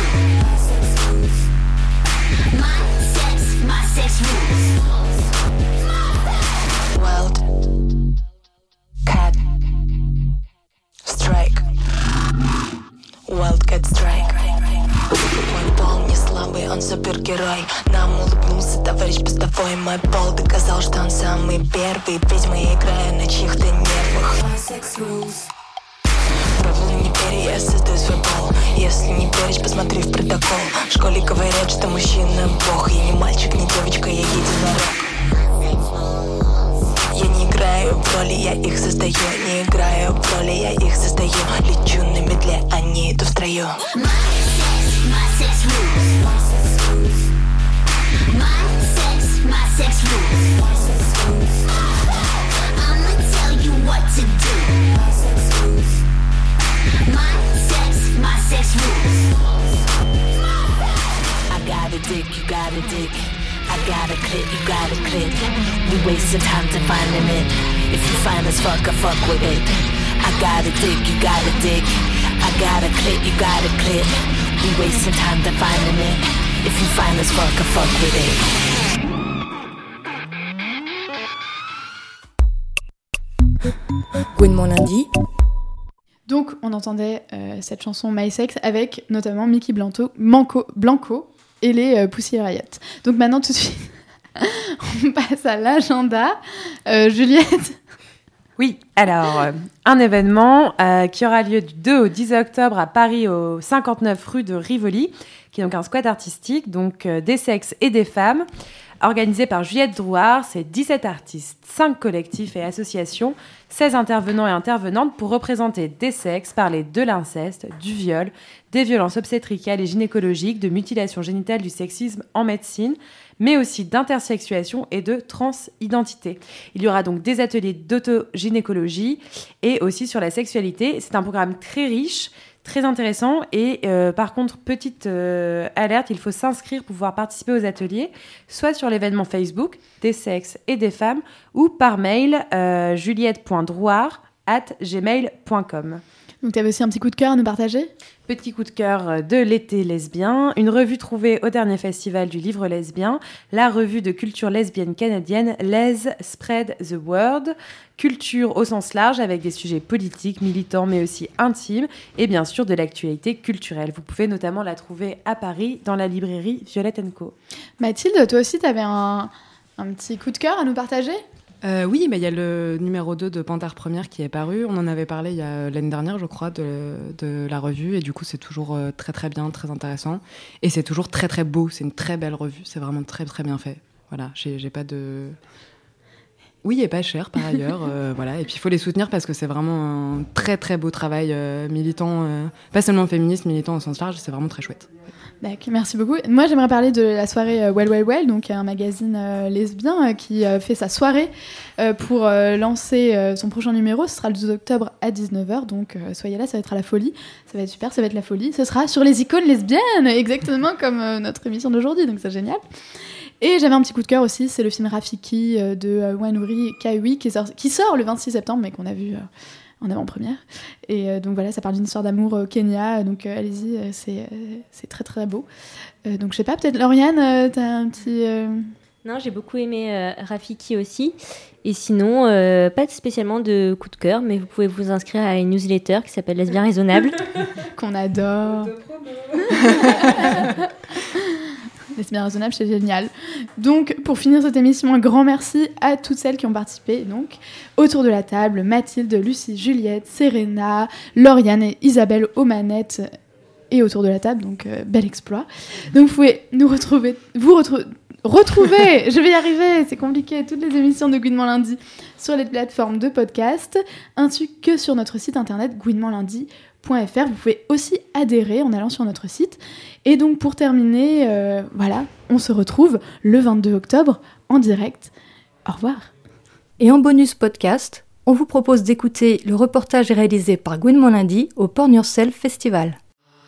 My sex, my sex rules. Wild cat strike. Wildcat strike. Мой пол не слабый, он супергерой. Нам улыбнулся товарищ постовой. Мой пол доказал, что он самый первый. Ведьма, играя на чьих-то нервах. Правила не верь, я создаю свой пол. Если не веришь, посмотри в протокол. В школе говорят, что мужчина бог. Я не мальчик, не девочка, я единорог. Я не играю в роли, я их создаю. Не играю в роли, я их создаю. Лечу на метле, они идут в строю. My sex rules. My sex, my sex rules. I'ma tell you what to do. My sex, my sex rules. I got a dick, you got a dick. I got a clip, you got a clip. We wasted time to finding it. If you find us, fuck, I fuck with it. I got a dick, you got a dick. I got a clip, you got a clip. We wasting time to finding it. If you find us, fuck, I fuck with it. Gouinement lundi. Donc, on entendait euh, cette chanson My Sex avec notamment Mickey Blanco, Blanco, Blanco et les euh, Pussy Riot. Donc maintenant, tout de suite, on passe à l'agenda. Euh, Juliette. Oui, alors, euh, un événement euh, qui aura lieu du deux au dix octobre à Paris, au cinquante-neuf rue de Rivoli, qui est donc un squat artistique, donc euh, des sexes et des femmes, organisé par Juliette Drouard. C'est dix-sept artistes, cinq collectifs et associations, seize intervenants et intervenantes pour représenter des sexes, parler de l'inceste, du viol, des violences obstétricales et gynécologiques, de mutilation génitale, du sexisme en médecine, mais aussi d'intersexuation et de transidentité. Il y aura donc des ateliers d'autogynécologie et aussi sur la sexualité. C'est un programme très riche, très intéressant et euh, par contre, petite euh, alerte, il faut s'inscrire pour pouvoir participer aux ateliers, soit sur l'événement Facebook des sexes et des femmes ou par mail euh, juliette point drouard arobase gmail point com. Donc tu avais aussi un petit coup de cœur à nous partager ? Petit coup de cœur de l'été lesbien, une revue trouvée au dernier festival du livre lesbien, la revue de culture lesbienne canadienne Les Spread the Word, culture au sens large avec des sujets politiques, militants mais aussi intimes et bien sûr de l'actualité culturelle. Vous pouvez notamment la trouver à Paris dans la librairie Violette and Co. Mathilde, toi aussi tu avais un, un petit coup de cœur à nous partager ? Euh, oui, mais il y a le numéro deux de Panthère Première qui est paru. On en avait parlé il y a l'année dernière, je crois, de, de la revue. Et du coup, c'est toujours euh, très, très bien, très intéressant. Et c'est toujours très, très beau. C'est une très belle revue. C'est vraiment très, très bien fait. Voilà, j'ai, j'ai pas de... Oui, et pas cher, par ailleurs. euh, voilà. Et puis, il faut les soutenir parce que c'est vraiment un très, très beau travail euh, militant. Euh, pas seulement féministe, militant au sens large. C'est vraiment très chouette. D'accord, merci beaucoup. Moi, j'aimerais parler de la soirée euh, Well Well Well, donc un magazine euh, lesbien euh, qui euh, fait sa soirée euh, pour euh, lancer euh, son prochain numéro. Ce sera le douze octobre à dix-neuf heures, donc euh, soyez là, ça va être à la folie. Ça va être super, ça va être la folie. Ce sera sur les icônes lesbiennes, exactement comme euh, notre émission d'aujourd'hui, donc c'est génial. Et j'avais un petit coup de cœur aussi, c'est le film Rafiki euh, de euh, Wanuri Kaiwi qui sort, qui sort le vingt-six septembre, mais qu'on a vu... Euh, en avant-première. Et euh, donc voilà, ça parle d'une histoire d'amour au Kenya, donc euh, allez-y, euh, c'est, euh, c'est très très beau. Euh, donc je sais pas, peut-être Lauriane, euh, t'as un petit... Euh... Non, j'ai beaucoup aimé euh, Rafiki aussi. Et sinon, euh, pas spécialement de coup de cœur, mais vous pouvez vous inscrire à une newsletter qui s'appelle Lesbien Raisonnable. Qu'on adore. Lesbien Raisonnable, c'est génial. Donc, pour finir cette émission, un grand merci à toutes celles qui ont participé. Donc, autour de la table, Mathilde, Lucie, Juliette, Serena, Lauriane et Isabelle aux manettes et autour de la table, donc euh, bel exploit. Donc vous pouvez nous retrouver, vous retrouver, retrouver, je vais y arriver, c'est compliqué, toutes les émissions de Gouinement Lundi sur les plateformes de podcast, ainsi que sur notre site internet gouinement lundi point f r. Vous pouvez aussi adhérer en allant sur notre site. Et donc pour terminer, euh, voilà, on se retrouve le vingt-deux octobre en direct. Au revoir. Et en bonus podcast, on vous propose d'écouter le reportage réalisé par Gouinement Lundi au Porn Yourself Festival.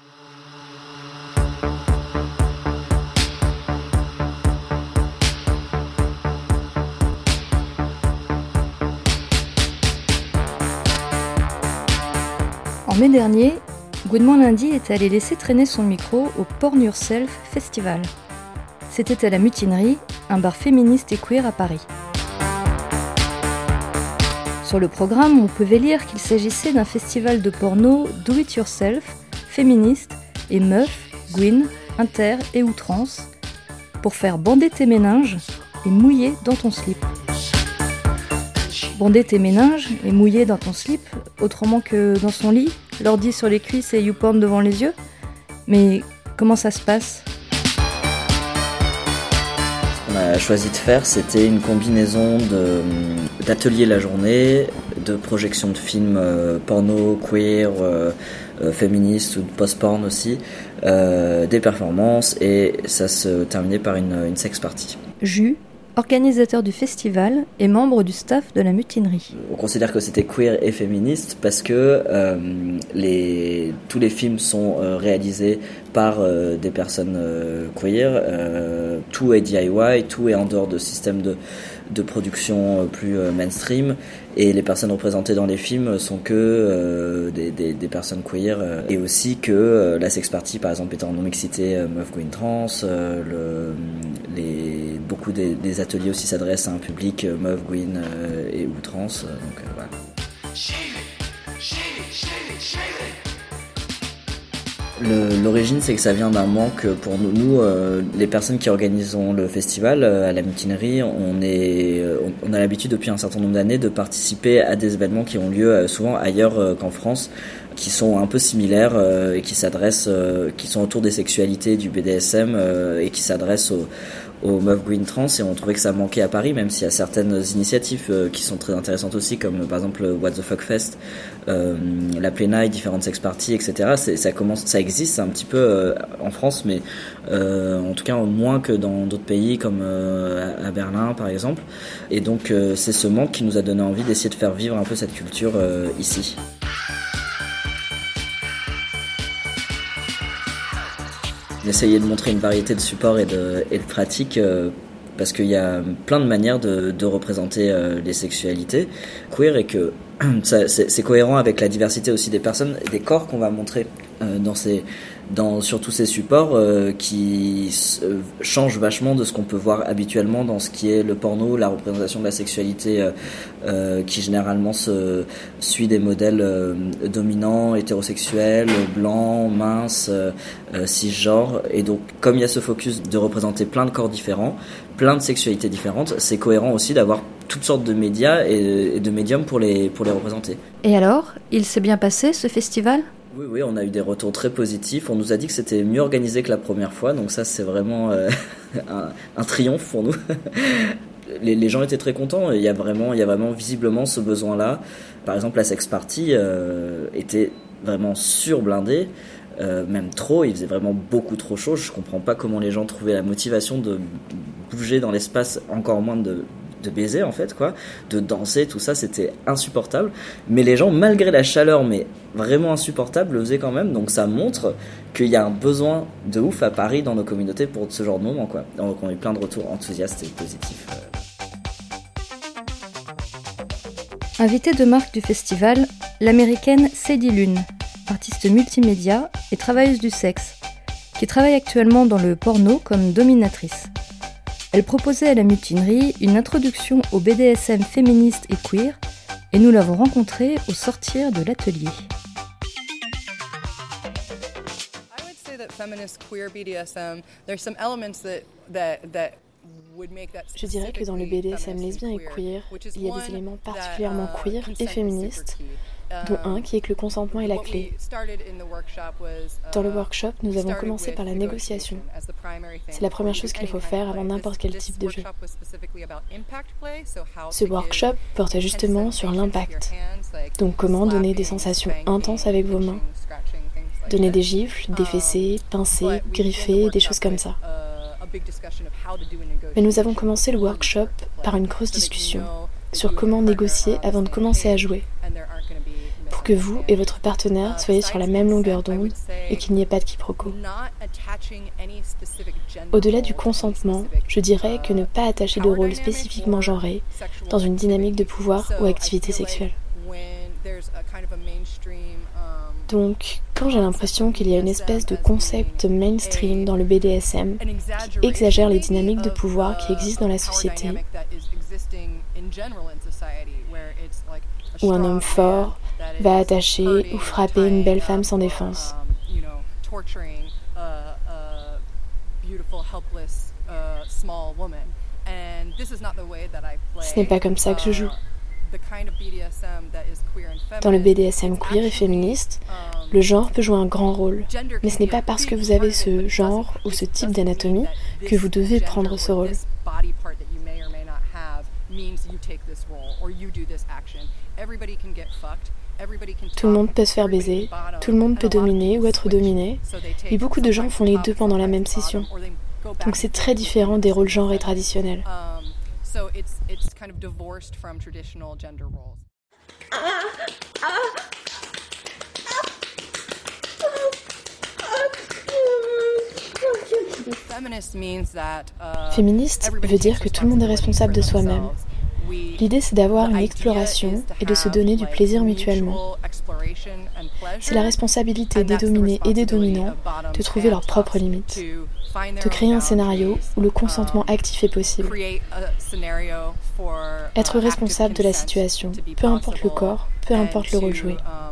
En mai dernier, Gouinement Lundi est allé laisser traîner son micro au Porn Yourself Festival. C'était à la Mutinerie, un bar féministe et queer à Paris. Sur le programme, on pouvait lire qu'il s'agissait d'un festival de porno do-it-yourself, féministe et meuf, gouine, inter et ou trans, pour faire bander tes méninges et mouiller dans ton slip. Bander tes méninges et mouiller dans ton slip, autrement que dans son lit, l'ordi sur les cuisses et YouPorn devant les yeux. Mais comment ça se passe ? Ce qu'on a choisi de faire, c'était une combinaison de, d'ateliers la journée, de projections de films euh, porno, queer, euh, euh, féministes ou de post-porn aussi, euh, des performances, et ça se terminait par une, une sex party. Jus, organisateur du festival et membre du staff de la Mutinerie. On considère que c'était queer et féministe parce que euh, les, tous les films sont euh, réalisés par euh, des personnes euh, queer, euh, tout est D I Y, tout est en dehors de systèmes de, de production euh, plus euh, mainstream, et les personnes représentées dans les films sont que euh, des, des, des personnes queer, euh, et aussi que euh, la sex party par exemple étant en non-mixité euh, meuf, gouine, trans, euh, le, les, beaucoup des, des ateliers aussi s'adressent à un public euh, meuf, gouine euh, et ou trans, euh, donc euh, voilà. Le, l'origine, c'est que ça vient d'un manque pour nous. Nous, euh, les personnes qui organisons le festival euh, à la Mutinerie, on, est, on, on a l'habitude depuis un certain nombre d'années de participer à des événements qui ont lieu euh, souvent ailleurs euh, qu'en France, qui sont un peu similaires euh, et qui s'adressent, euh, qui sont autour des sexualités, du B D S M euh, et qui s'adressent aux, aux meufs green trans, et on trouvait que ça manquait à Paris, même s'il y a certaines initiatives euh, qui sont très intéressantes aussi, comme par exemple le What the Fuck Fest, euh, la Play Night, différentes sex parties, et cetera. C'est, ça commence, ça existe un petit peu euh, en France, mais euh, en tout cas moins que dans d'autres pays comme euh, à Berlin par exemple. Et donc euh, c'est ce manque qui nous a donné envie d'essayer de faire vivre un peu cette culture euh, ici. D'essayer de montrer une variété de supports et de, et de pratiques, euh, parce qu'il y a plein de manières de, de représenter euh, les sexualités queer, et que ça, c'est, c'est cohérent avec la diversité aussi des personnes et des corps qu'on va montrer euh, dans ces, dans, sur tous ces supports euh, qui euh, changent vachement de ce qu'on peut voir habituellement dans ce qui est le porno, la représentation de la sexualité euh, euh, qui généralement se suit des modèles euh, dominants, hétérosexuels, blancs, minces, euh, euh, cisgenres. Et donc comme il y a ce focus de représenter plein de corps différents, plein de sexualités différentes, c'est cohérent aussi d'avoir toutes sortes de médias et, et de médiums pour les, pour les représenter. Et alors, il s'est bien passé ce festival ? Oui, oui, on a eu des retours très positifs. On nous a dit que c'était mieux organisé que la première fois, donc ça c'est vraiment euh, un, un triomphe pour nous. les, les gens étaient très contents. Il y a vraiment, il y a vraiment visiblement ce besoin-là. Par exemple, la sex party euh, était vraiment surblindée. Euh, même trop, il faisait vraiment beaucoup trop chaud. Je comprends pas comment les gens trouvaient la motivation de bouger dans l'espace, encore moins de, de baiser en fait, quoi, de danser, tout ça, c'était insupportable. Mais les gens, malgré la chaleur, mais vraiment insupportable, le faisaient quand même. Donc ça montre qu'il y a un besoin de ouf à Paris dans nos communautés pour ce genre de moments, quoi. Donc on a eu plein de retours enthousiastes et positifs. Invitée de marque du festival, l'américaine Sadie Lune, artiste multimédia et travailleuse du sexe, qui travaille actuellement dans le porno comme dominatrice. Elle proposait à la Mutinerie une introduction au B D S M féministe et queer, et nous l'avons rencontrée au sortir de l'atelier. I would say that feminist queer B D S M, there's some elements that that that Je dirais que dans le B D S M lesbien et queer, il y a des éléments particulièrement queer et féministes. dont un qui est que le consentement est la clé. Dans le workshop, nous avons commencé par la négociation. C'est la première chose qu'il faut faire avant n'importe quel type de jeu. Ce workshop portait justement sur l'impact. Donc comment donner des sensations intenses avec vos mains. Donner des gifles, des fessées, pincer, griffer, des choses comme ça. Mais nous avons commencé le workshop par une grosse discussion sur comment négocier avant de commencer à jouer, pour que vous et votre partenaire soyez sur la même longueur d'onde et qu'il n'y ait pas de quiproquo. Au-delà du consentement, je dirais que ne pas attacher de rôle spécifiquement genré dans une dynamique de pouvoir ou activité sexuelle. Donc, quand j'ai l'impression qu'il y a une espèce de concept mainstream dans le B D S M qui exagère les dynamiques de pouvoir qui existent dans la société, où un homme fort va attacher ou frapper une belle femme sans défense. Ce n'est pas comme ça que je joue. Dans le B D S M queer et féministe, le genre peut jouer un grand rôle, mais ce n'est pas parce que vous avez ce genre ou ce type d'anatomie que vous devez prendre ce rôle. Tout le monde peut se faire baiser, tout le monde peut dominer ou être dominé, et beaucoup de gens font les deux pendant la même session. Donc c'est très différent des rôles genrés traditionnels. So it's it's kind of divorced from traditional gender roles. Féministe veut dire que tout le monde est responsable de soi-même. L'idée, c'est d'avoir une exploration et de se donner du plaisir mutuellement. C'est la responsabilité des dominés et des dominants de trouver leurs propres limites, de créer un scénario où le consentement actif est possible. Être responsable de la situation, peu importe le corps, peu importe le rôle joué.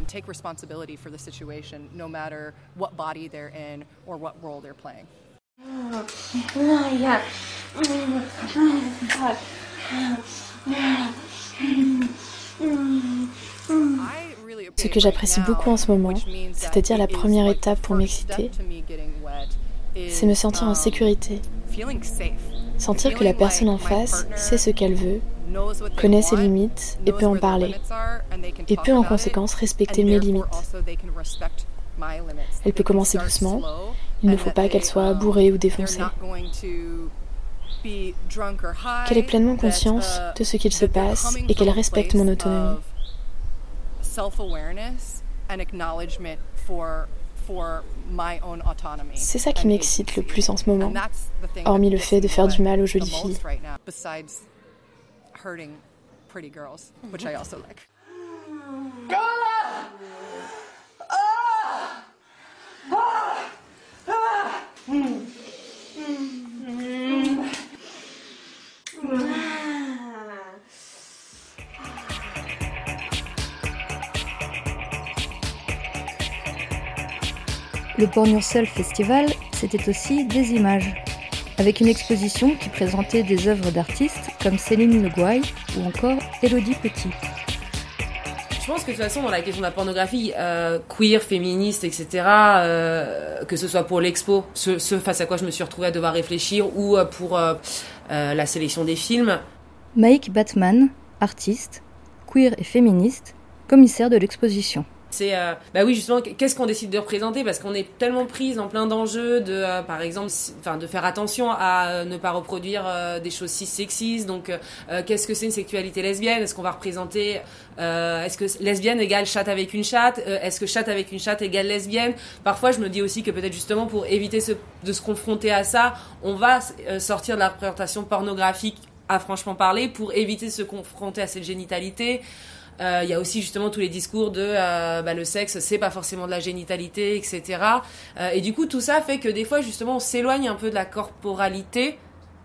Ce que j'apprécie beaucoup en ce moment, c'est-à-dire la première étape pour m'exciter, c'est me sentir en sécurité. Sentir que la personne en face sait ce qu'elle veut, connaît ses limites et peut en parler, et peut en conséquence respecter mes limites. Elle peut commencer doucement, il ne faut pas qu'elle soit bourrée ou défoncée. Qu'elle ait pleinement conscience de ce qu'il se passe et qu'elle respecte mon autonomie. C'est ça qui m'excite le plus en ce moment, hormis le fait de faire du mal aux jolies filles. Le Porn Yourself Festival, c'était aussi des images, avec une exposition qui présentait des œuvres d'artistes comme Céline Le Gouaille ou encore Élodie Petit. Je pense que de toute façon, dans la question de la pornographie, euh, queer, féministe, et cetera, euh, que ce soit pour l'expo, ce, ce face à quoi je me suis retrouvée à devoir réfléchir, ou euh, pour euh, euh, la sélection des films. Mike Batman, artiste, queer et féministe, commissaire de l'exposition. C'est, euh, bah oui, justement, qu'est-ce qu'on décide de représenter, parce qu'on est tellement prise en plein d'enjeux de, euh, par exemple, enfin, de faire attention à euh, ne pas reproduire euh, des choses si sexistes. Donc, euh, qu'est-ce que c'est une sexualité lesbienne ? Est-ce qu'on va représenter, euh, est-ce que lesbienne égale chatte avec une chatte ? euh, Est-ce que chatte avec une chatte égale lesbienne ? Parfois, je me dis aussi que peut-être justement pour éviter ce, de se confronter à ça, on va euh, sortir de la représentation pornographique à franchement parler pour éviter de se confronter à cette génitalité. Il euh, y a aussi justement tous les discours de euh, bah, le sexe c'est pas forcément de la génitalité, et cetera. Euh, et du coup tout ça fait que des fois justement on s'éloigne un peu de la corporalité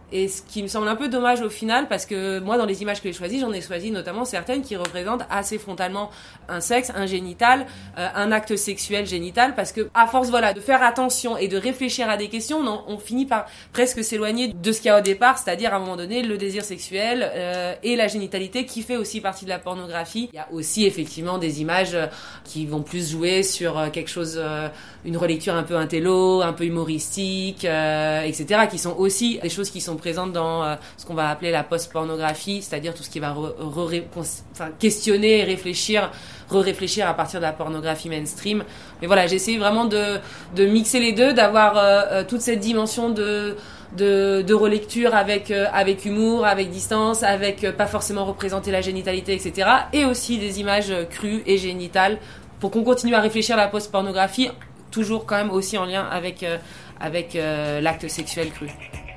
Et ce qui me semble un peu dommage au final, parce que moi, dans les images que j'ai choisies, j'en ai choisi notamment certaines qui représentent assez frontalement un sexe, un génital, euh, un acte sexuel génital, parce que à force voilà, de faire attention et de réfléchir à des questions, on, on finit par presque s'éloigner de ce qu'il y a au départ, c'est-à-dire à un moment donné le désir sexuel euh, et la génitalité qui fait aussi partie de la pornographie. Il y a aussi effectivement des images qui vont plus jouer sur euh, quelque chose, euh, une relecture un peu intello, un peu humoristique, euh, et cetera, qui sont aussi des choses qui sont présentes dans euh, ce qu'on va appeler la post-pornographie, c'est-à-dire tout ce qui va re, re, re, enfin, questionner et réfléchir, re-réfléchir à partir de la pornographie mainstream. Mais voilà, j'ai essayé vraiment de, de mixer les deux, d'avoir euh, toute cette dimension de, de, de relecture avec, euh, avec humour, avec distance, avec euh, pas forcément représenter la génitalité, et cetera. Et aussi des images crues et génitales pour qu'on continue à réfléchir à la post-pornographie, toujours quand même aussi en lien avec, euh, avec euh, l'acte sexuel cru.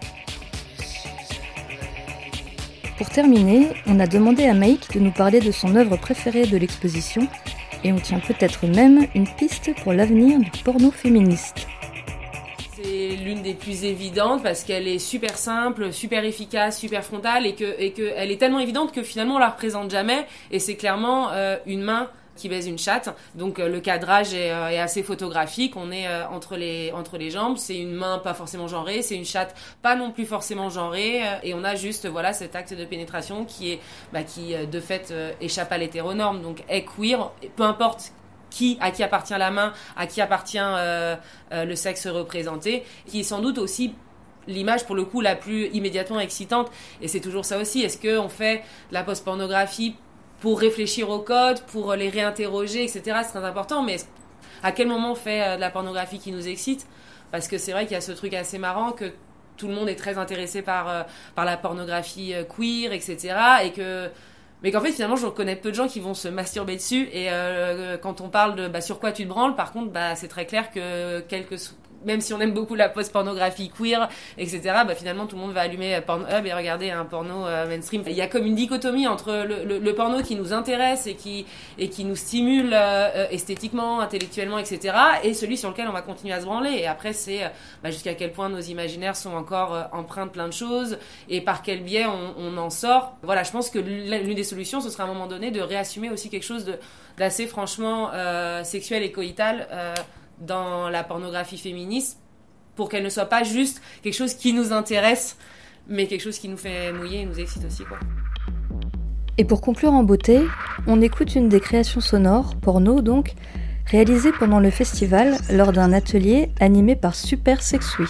Pour terminer, on a demandé à Maïk de nous parler de son œuvre préférée de l'exposition et on tient peut-être même une piste pour l'avenir du porno féministe. C'est l'une des plus évidentes parce qu'elle est super simple, super efficace, super frontale et que, et que elle est tellement évidente que finalement on la représente jamais et c'est clairement euh, une main qui baise une chatte. Donc euh, le cadrage est, euh, est assez photographique. On est euh, entre les entre les jambes. C'est une main pas forcément genrée, c'est une chatte pas non plus forcément genrée. Euh, et on a juste voilà cet acte de pénétration qui est bah, qui euh, de fait euh, échappe à l'hétéronorme. Donc est queer, peu importe qui à qui appartient la main, à qui appartient euh, euh, le sexe représenté, qui est sans doute aussi l'image pour le coup la plus immédiatement excitante. Et c'est toujours ça aussi. Est-ce que on fait de la post-pornographie pour réfléchir aux codes, pour les réinterroger, et cetera. C'est très important, mais à quel moment on fait de la pornographie qui nous excite ? Parce que c'est vrai qu'il y a ce truc assez marrant que tout le monde est très intéressé par, euh, par la pornographie queer, et cetera. Et que, mais qu'en fait, finalement, je connais peu de gens qui vont se masturber dessus. Et euh, quand on parle de bah, sur quoi tu te branles, par contre, bah, c'est très clair que quelque même si on aime beaucoup la post-pornographie queer, et cetera, bah finalement tout le monde va allumer Pornhub et regarder un porno euh, mainstream. Il y a comme une dichotomie entre le, le, le porno qui nous intéresse et qui, et qui nous stimule euh, esthétiquement, intellectuellement, et cetera, et celui sur lequel on va continuer à se branler. Et après, c'est bah, jusqu'à quel point nos imaginaires sont encore euh, empreints de plein de choses et par quel biais on, on en sort. Voilà, je pense que l'une des solutions, ce sera à un moment donné de réassumer aussi quelque chose de, d'assez franchement euh, sexuel et coïtal euh, dans la pornographie féministe pour qu'elle ne soit pas juste quelque chose qui nous intéresse mais quelque chose qui nous fait mouiller et nous excite aussi quoi. Et pour conclure en beauté, on écoute une des créations sonores, porno donc, réalisée pendant le festival lors d'un atelier animé par Super Sexuy.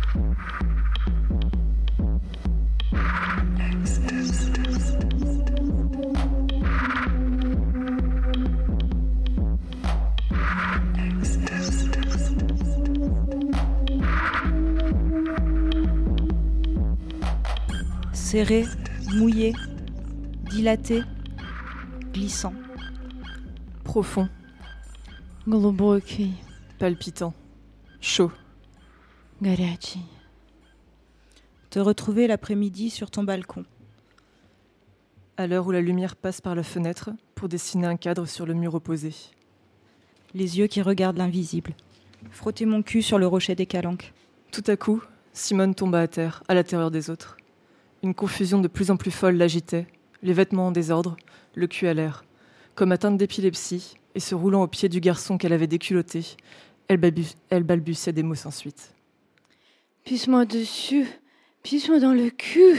Serré, mouillé, dilaté, glissant. Profond. Глубокий. Palpitant. Chaud. Горячий. Te retrouver l'après-midi sur ton balcon. À l'heure où la lumière passe par la fenêtre pour dessiner un cadre sur le mur opposé. Les yeux qui regardent l'invisible. Frotter mon cul sur le rocher des calanques. Tout à coup, Simone tomba à terre, à la terreur des autres. Une confusion de plus en plus folle l'agitait, les vêtements en désordre, le cul à l'air. Comme atteinte d'épilepsie, et se roulant au pied du garçon qu'elle avait déculotté, elle, balbu- elle balbutiait des mots sans suite. Pisse-moi dessus, pisse-moi dans le cul.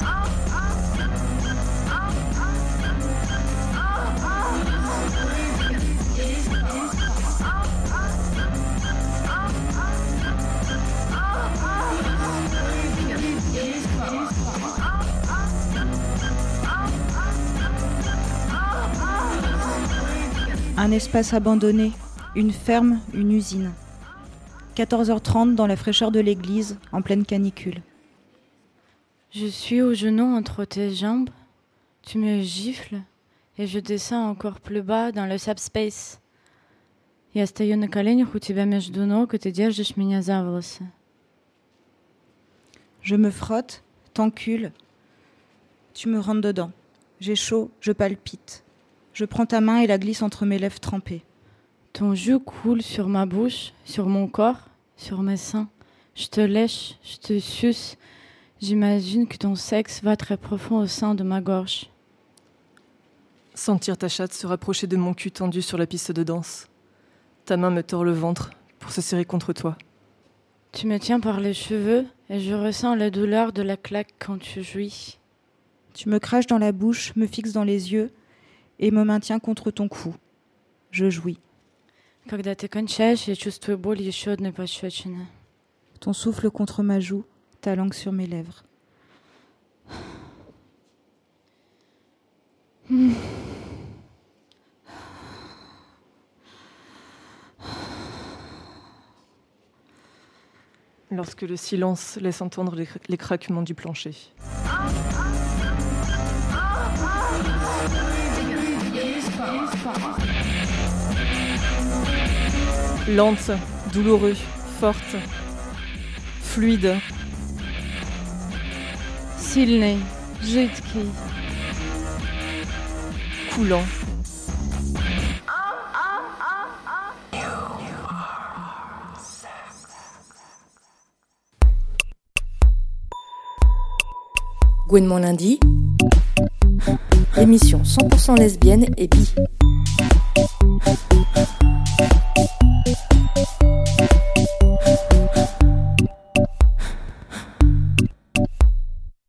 Un espace abandonné, une ferme, une usine. quatorze heures trente dans la fraîcheur de l'église, en pleine canicule. Je suis au genou entre tes jambes, tu me gifles et je descends encore plus bas dans le subspace. Я стою на коленях у тебя между ног, и ты держишь меня за волосы. Je me frotte, t'encule, tu me rentres dedans. J'ai chaud, je palpite. Je prends ta main et la glisse entre mes lèvres trempées. Ton jus coule sur ma bouche, sur mon corps, sur mes seins. Je te lèche, je te suce, J'imagine que ton sexe va très profond au sein de ma gorge. Sentir ta chatte se rapprocher de mon cul tendu sur la piste de danse. Ta main me tord le ventre pour se serrer contre toi. Tu me tiens par les cheveux et je ressens la douleur de la claque quand tu jouis. Tu me craches dans la bouche, me fixes dans les yeux et me maintiens contre ton cou. Je jouis. Когда ты кончаешь, я чувствую боль еще одной пощечины. Ton souffle contre ma joue, ta langue sur mes lèvres. Hmm. Lorsque le silence laisse entendre les, les craquements du plancher. Lente, douloureuse, forte, fluide. Сильный, жидкий. Coulant. Gouinement lundi, l'émission cent pour cent lesbienne et bi.